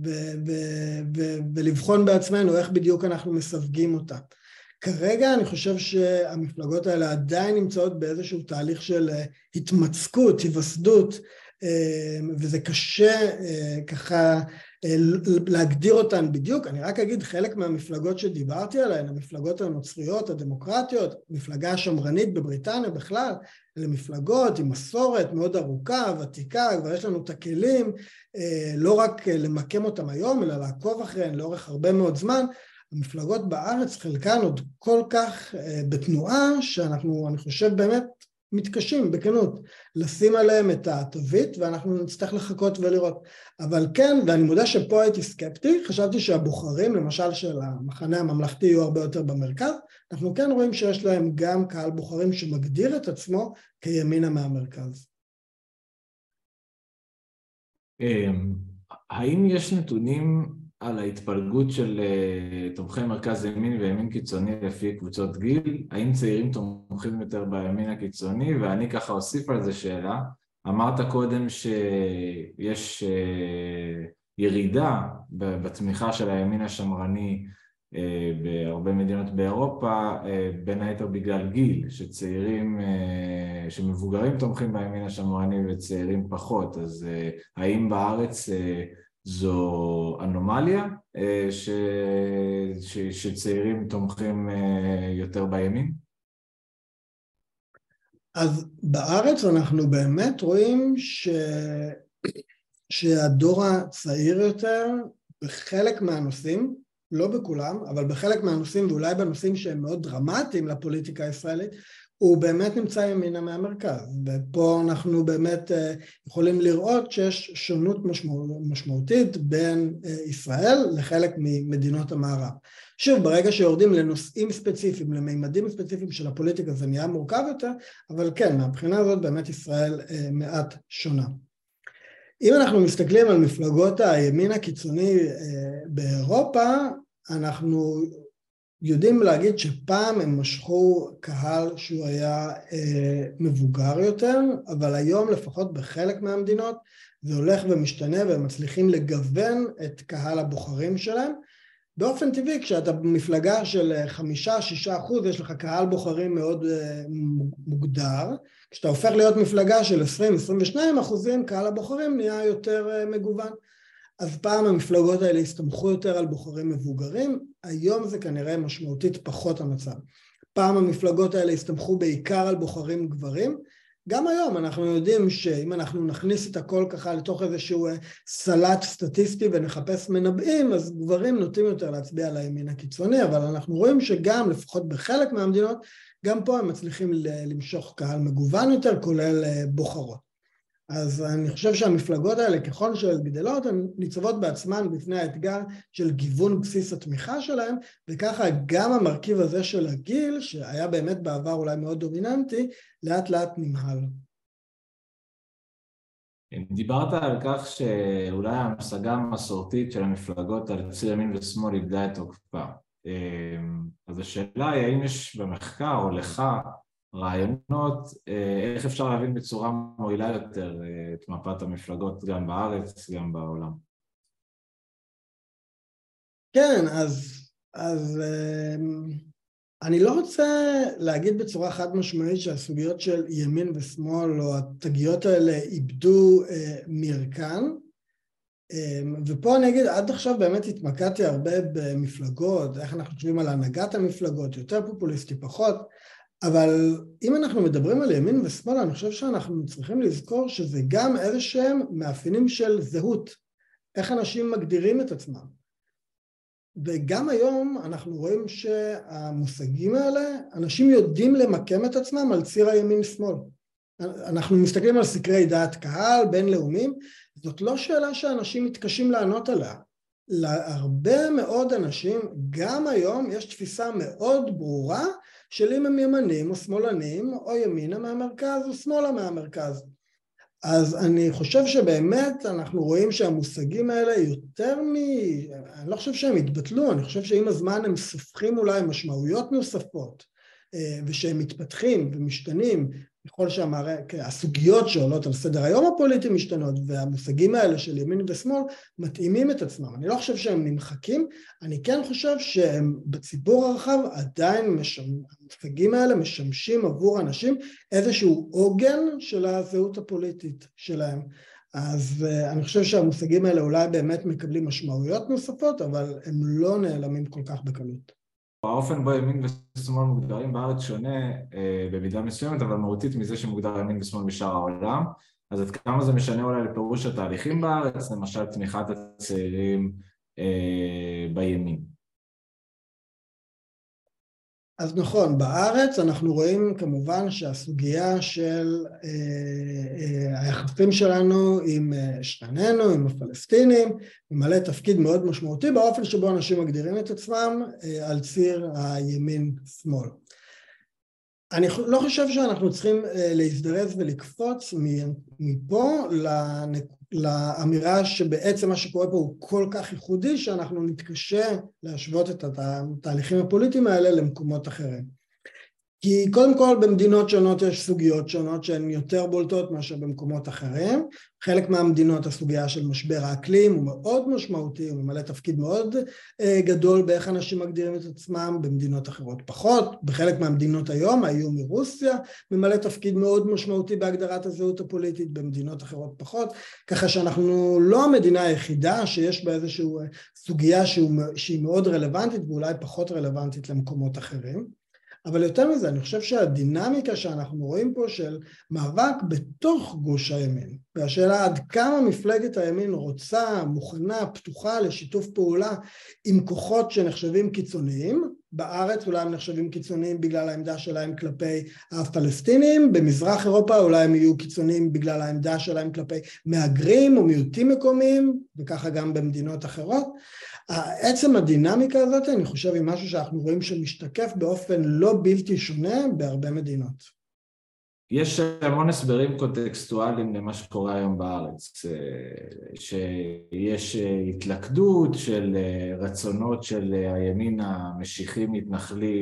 ולבחון בעצמנו איך בדיוק אנחנו מסווגים אותה. כרגע אני חושב שהמפלגות האלה עדיין נמצאות באיזשהו תהליך של התמצקות, היווסדות, וזה קשה ככה להגדיר אותן בדיוק. אני רק אגיד חלק מהמפלגות שדיברתי עליהן, המפלגות הנוצריות, הדמוקרטיות, מפלגה השמרנית בבריטניה בכלל, אלה מפלגות עם מסורת מאוד ארוכה, ותיקה, כבר יש לנו את הכלים, לא רק למקם אותם היום, אלא לעקוב אחריהן לאורך הרבה מאוד זמן. המפלגות בארץ חלקן עוד כל כך בתנועה, שאנחנו, אני חושב באמת, מתקשים בכנות לשים עליהם את התווית, ואנחנו נצטרך לחכות ולראות. אבל כן, ואני מודה שפה הייתי סקפטי, חשבתי שהבוחרים, למשל של המחנה הממלכתי, יהיו הרבה יותר במרכז. אנחנו כן רואים שיש להם גם קהל בוחרים שמגדיר את עצמו כימינה מהמרכז. האם יש נתונים על ההתפלגות של תומכי מרכז ימין וימין קיצוני לפי קבוצות גיל? האם צעירים תומכים יותר בימין הקיצוני? ואני ככה אוסיף על זה שאלה. אמרת קודם שיש ירידה בתמיכה של הימין השמרני בהרבה מדינות באירופה, בין היתר בגלל גיל, שצעירים, שמבוגרים תומכים בימין השמרני וצעירים פחות. אז האם בארץ זו אנומליה שצעירים תומכים יותר בימין? אז בארץ אנחנו באמת רואים שהדור הצעיר יותר בחלק מהנושאים, לא בכולם, אבל בחלק מהנושאים ואולי בנושאים שהם מאוד דרמטיים לפוליטיקה הישראלית, הוא באמת נמצא ימינה מהמרכז, ופה אנחנו באמת יכולים לראות שיש שונות משמעותית בין ישראל לחלק ממדינות המערב. שוב, ברגע שיורדים לנושאים ספציפיים, לממדים ספציפיים של הפוליטיקה, זה נהיה מורכב יותר, אבל כן, מהבחינה הזאת באמת ישראל מעט שונה. אם אנחנו מסתכלים על מפלגות הימין הקיצוני באירופה, אנחנו יודעים להגיד שפעם הם משכו קהל שהוא היה מבוגר יותר, אבל היום לפחות בחלק מהמדינות זה הולך ומשתנה והם מצליחים לגוון את קהל הבוחרים שלהם. באופן טבעי כשאתה במפלגה של 5-6% יש לך קהל בוחרים מאוד מוגדר, כשאתה הופך להיות מפלגה של 20-22%, קהל הבוחרים נהיה יותר מגוון. אז פעם המפלגות האלה הסתמכו יותר על בוחרים מבוגרים, היום זה כנראה משמעותית פחות המצב. פעם המפלגות האלה הסתמכו בעיקר על בוחרים גברים, גם היום אנחנו יודעים שאם אנחנו נכניס את הכל ככה לתוך איזשהו סלט סטטיסטי ונחפש מנבאים, אז גברים נוטים יותר להצביע על הימין הקיצוני, אבל אנחנו רואים שגם, לפחות בחלק מהמדינות, גם פה הם מצליחים למשוך קהל מגוון יותר, כולל בוחרות. אז אני חושב שהמפלגות האלה, ככל שהן גדלות, הן ניצבות בעצמן בפני האתגר של גיוון בסיס התמיכה שלהם, וככה גם המרכיב הזה של הגיל, שהיה באמת בעבר אולי מאוד דומיננטי, לאט לאט נמהל. דיברת על כך שאולי המשגה המסורתית של המפלגות על ציר ימין ושמאל איבדה את תוקפה. אז השאלה היא, האם יש במחקר או לך רעיונות, איך אפשר להבין בצורה מועילה יותר את מפת המפלגות גם בארץ, גם בעולם? כן, אז אני לא רוצה להגיד בצורה חד משמעית שהסוגיות של ימין ושמאל או התגיות האלה איבדו מרקן, ופה אני אגיד, עד עכשיו באמת התמקדתי הרבה במפלגות, איך אנחנו חושבים על הנהגת המפלגות, יותר פופוליסטי, פחות, אבל אם אנחנו מדברים על ימין ושמאל, אני חושב שאנחנו צריכים לזכור שזה גם איזשהם מאפיינים של זהות, איך אנשים מגדירים את עצמם. וגם היום אנחנו רואים שהמושגים האלה, אנשים יודעים למקם את עצמם על ציר הימין-שמאל. אנחנו מסתכלים על סקרי דעת קהל בינלאומיים, זאת לא שאלה שאנשים מתקשים לענות עליה. להרבה מאוד אנשים, גם היום יש תפיסה מאוד ברורה, של אם הם ימנים או שמאלנים, או ימינה מהמרכז או שמאלה מהמרכז. אז אני חושב שבאמת אנחנו רואים שהמושגים האלה יותר אני לא חושב שהם התבטלו, אני חושב שעם הזמן הם סופחים אולי משמעויות נוספות, ושהם מתפתחים ומשתנים, ככל שהסוגיות שעולות על סדר היום הפוליטי משתנות, והמושגים האלה של ימין ושמאל מתאימים את עצמם. אני לא חושב שהם נמחקים, אני כן חושב שהם בציבור הרחב עדיין המושגים האלה משמשים עבור אנשים איזשהו עוגן של הזהות הפוליטית שלהם. אז אני חושב שהמושגים האלה אולי באמת מקבלים משמעויות נוספות, אבל הם לא נעלמים כל כך בקלות. האופן בו ימין ושמאל מוגדרים בארץ שונה במידה מסוימת, אבל מהותית מזה שמוגדר ימין ושמאל בשאר העולם. אז עד כמה זה משנה אולי לפירוש התהליכים בארץ, למשל תמיכת הצעירים בימין? אז נכון, בארץ אנחנו רואים כמובן שהסוגיה של היחסים שלנו עם שכנינו, עם הפלסטינים, ממלא תפקיד מאוד משמעותי באופן שבו אנשים מגדירים את עצמם על ציר הימין-שמאל. אני לא חושב שאנחנו צריכים להזדרז ולקפוץ מפה לאמירה שבעצם מה שקורה פה הוא כל כך ייחודי שאנחנו נתקשה להשוות את התהליכים הפוליטיים האלה למקומות אחרים. כי קודם כל במדינות שונות יש סוגיות שונות שהן יותר בולטות מאשר במקומות אחרים. חלק מהמדינות הסוגיה של משבר האקלים הוא מאוד משמעותי, הוא ממלא תפקיד מאוד גדול באיך אנשים מגדירים את עצמם, במדינות אחרות פחות. בחלק מהמדינות היום, האיום מרוסיה, ממלא תפקיד מאוד משמעותי בהגדרת הזהות הפוליטית, במדינות אחרות פחות. ככה שאנחנו לא המדינה היחידה שיש בה איזושהי סוגיה שהיא מאוד רלוונטית ואולי פחות רלוונטית למקומות אחרים. אבל יותר מזה, אני חושב שהדינמיקה שאנחנו רואים פה של מאבק בתוך גוש הימין, והשאלה עד כמה מפלגת הימין רוצה, מוכנה, פתוחה לשיתוף פעולה עם כוחות שנחשבים קיצוניים, בארץ אולי הם נחשבים קיצוניים בגלל העמדה שלהם כלפי הפלסטינים, במזרח אירופה אולי הם יהיו קיצוניים בגלל העמדה שלהם כלפי מהגרים או מיעוטים מקומיים, וככה גם במדינות אחרות. עצם הדינמיקה הזאת, אני חושב, היא משהו שאנחנו רואים שמשתקף באופן לא בלתי שונה בהרבה מדינות. יש המון הסברים קונטקסטואליים למה שקורה היום בארץ, שיש התלכדות של רצונות של הימין המשיחי מתנחלי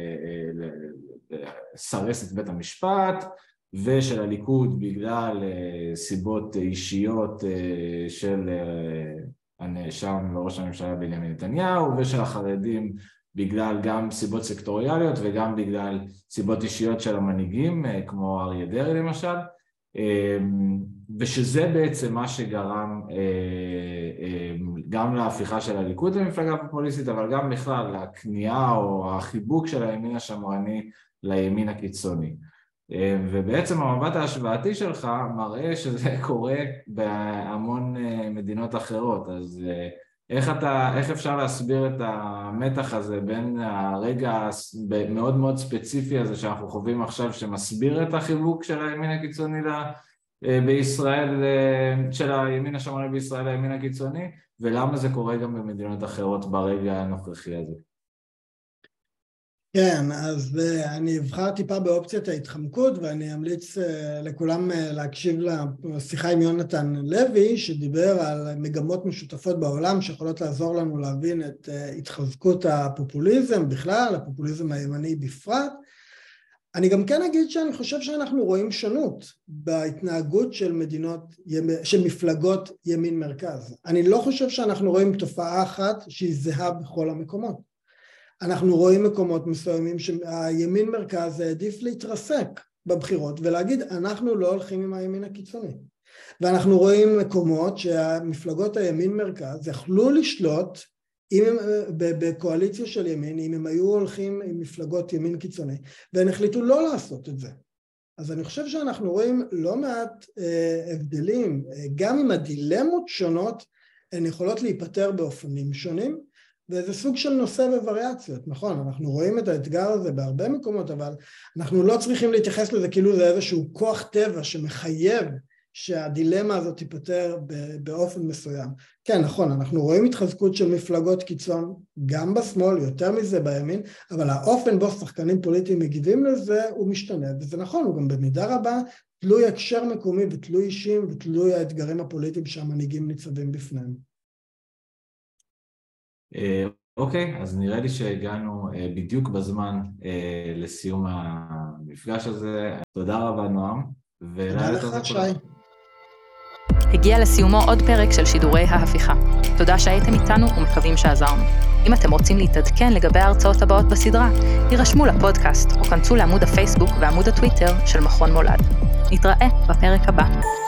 לסרס את בית המשפט, ושל הליכוד בגלל סיבות אישיות של הנאשם וראש הממשלה בנימין נתניהו, ושל החרדים בגלל גם סיבות סקטוריאליות וגם בגלל סיבות אישיות של המנהיגים, כמו אריה דרעי למשל, ושזה בעצם מה שגרם גם להפיכה של הליכוד למפלגה פופוליסטית, אבל גם בכלל לכניעה או החיבוק של הימין השמרני לימין הקיצוני. ובעצם המבט ההשוואתי שלך מראה שזה קורה בהמון מדינות אחרות, אז איך אפשר להסביר את המתח הזה בין הרגע מאוד מאוד ספציפי הזה שאנחנו חווים עכשיו, שמסביר את החיבוק של הימין הקיצוני בישראל, של הימין השמרני בישראל לימין הקיצוני, ולמה זה קורה גם במדינות אחרות ברגע הנוכחי הזה? כן, אז אני אבחר טיפה באופציית ההתחמקות, ואני אמליץ לכולם להקשיב לשיחה עם יונתן לוי, שדיבר על מגמות משותפות בעולם שיכולות לעזור לנו להבין את התחזקות הפופוליזם בכלל, הפופוליזם הימני בפרט. אני גם כן אגיד שאני חושב שאנחנו רואים שונות בהתנהגות של מפלגות ימין מרכז. אני לא חושב שאנחנו רואים תופעה אחת שהיא זהה בכל המקומות. אנחנו רואים מקומות מסוימים שהימין מרכז העדיף להתרסק בבחירות ולהגיד אנחנו לא הולכים עם הימין הקיצוני. ואנחנו רואים מקומות שהמפלגות הימין מרכז יכלו לשלוט בקואליציה של ימין אם הם היו הולכים עם מפלגות ימין קיצוני, והם החליטו לא לעשות את זה. אז אני חושב שאנחנו רואים לא מעט הבדלים, גם אם הדילמות שונות הן יכולות להיפטר באופנים שונים, וזה סוג של נושא בווריאציות, נכון, אנחנו רואים את האתגר הזה בהרבה מקומות, אבל אנחנו לא צריכים להתייחס לזה כאילו זה איזשהו כוח טבע שמחייב שהדילמה הזאת תיפטר באופן מסוים. כן, נכון, אנחנו רואים התחזקות של מפלגות קיצון, גם בשמאל, יותר מזה בימין, אבל האופן בו שחקנים פוליטיים מגיבים לזה הוא משתנה, וזה נכון, הוא גם במידה רבה תלוי הקשר מקומי ותלוי אישים ותלוי האתגרים הפוליטיים שהמנהיגים ניצבים בפניהם. אוקיי, אז נראה לי שהגענו בדיוק בזמן לסיום המפגש הזה. תודה רבה נועם. תודה לך שי. הגיע לסיומו עוד פרק של שידורי ההפיכה. תודה שהייתם איתנו ומקווים שעזרנו. אם אתם רוצים להתעדכן לגבי ההרצאות הבאות בסדרה, הירשמו לפודקאסט או כנסו לעמוד הפייסבוק ועמוד הטוויטר של מכון מולד. נתראה בפרק הבא.